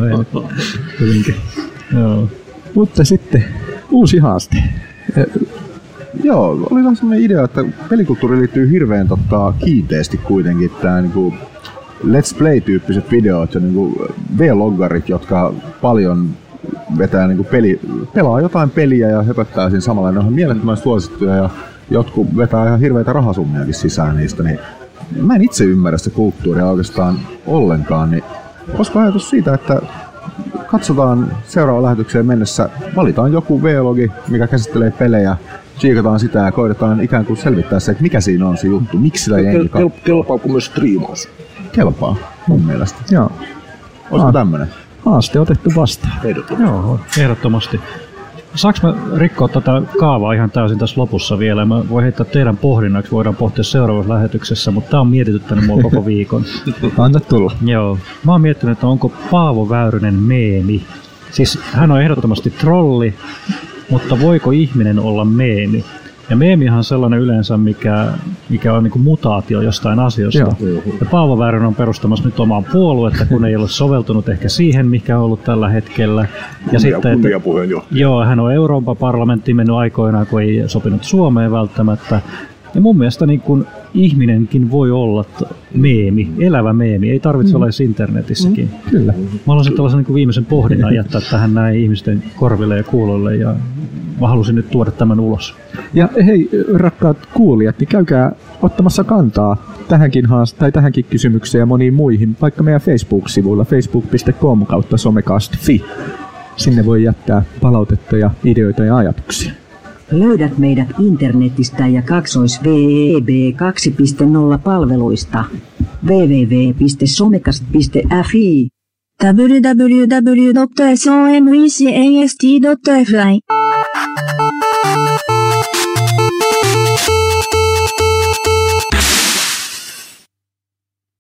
Joo. Mutta sitten uusi haaste. Joo, oli vähän sellainen idea, että pelikulttuuri liittyy hirveän totta, kiinteästi kuitenkin tää niinku Let's Play-tyyppiset videot ja niinku V-loggarit, jotka paljon vetää niinku peli, pelaa jotain peliä ja höpöttää siinä samalla. Ne on mielettömän suosittuja ja jotkut vetää ihan hirveitä rahasummiakin sisään niistä. Niin mä en itse ymmärrä sitä kulttuuria oikeastaan ollenkaan, niin olisiko ajatus siitä, että katsotaan seuraavaan lähetykseen mennessä, valitaan joku V-logi, mikä käsittelee pelejä, tsiikataan sitä ja koitetaan ikään kuin selvittää se, että mikä siinä on se juttu, miksi sitä jengi Kel- Kelpaako myös striimaus? Kelpaa, mun mielestä. Joo. Olisiko tämmönen? Haaste otettu vastaan. Ehdottomasti. Joo, ehdottomasti. Saanko mä rikkoa tätä kaavaa ihan täysin tässä lopussa vielä? Mä voin heittää teidän pohdinnaksi, voidaan pohtia seuraavassa lähetyksessä, mutta tää on mietityttänyt mua koko viikon. Anna tulla. Joo. Mä oon miettinyt, että onko Paavo Väyrynen meemi. Siis hän on ehdottomasti trolli, mutta voiko ihminen olla meemi? Ja meemihan on sellainen yleensä, mikä, mikä on niin kuin mutaatio jostain asiasta. Joo. Ja Paavo Väyrynen on perustamassa nyt omaan puoluetta, kun ei ole soveltunut ehkä siihen, mikä on ollut tällä hetkellä. Ja sitten, että, joo, hän on Euroopan parlamenttiin mennyt aikoinaan, kun ei sopinut Suomeen välttämättä. Ja mun mielestä niin kun ihminenkin voi olla meemi, elävä meemi, ei tarvitse mm. olla edes internetissäkin. Mm, kyllä. Mä haluaisin tällaisen niin kuin viimeisen pohdinnan jättää tähän näin ihmisten korville ja kuuloille ja mä halusin nyt tuoda tämän ulos. Ja hei rakkaat kuulijat, niin käykää ottamassa kantaa tähänkin haast- tai tähänkin kysymykseen ja moniin muihin, vaikka meidän Facebook-sivuilla facebook piste com kautta somecast piste fi. Sinne voi jättää palautetta ja ideoita ja ajatuksia. Löydät meidät internetistä ja kaksois web kaksi piste nolla palveluista. double-u double-u double-u piste somecast piste fi double-u double-u double-u piste somecast piste fi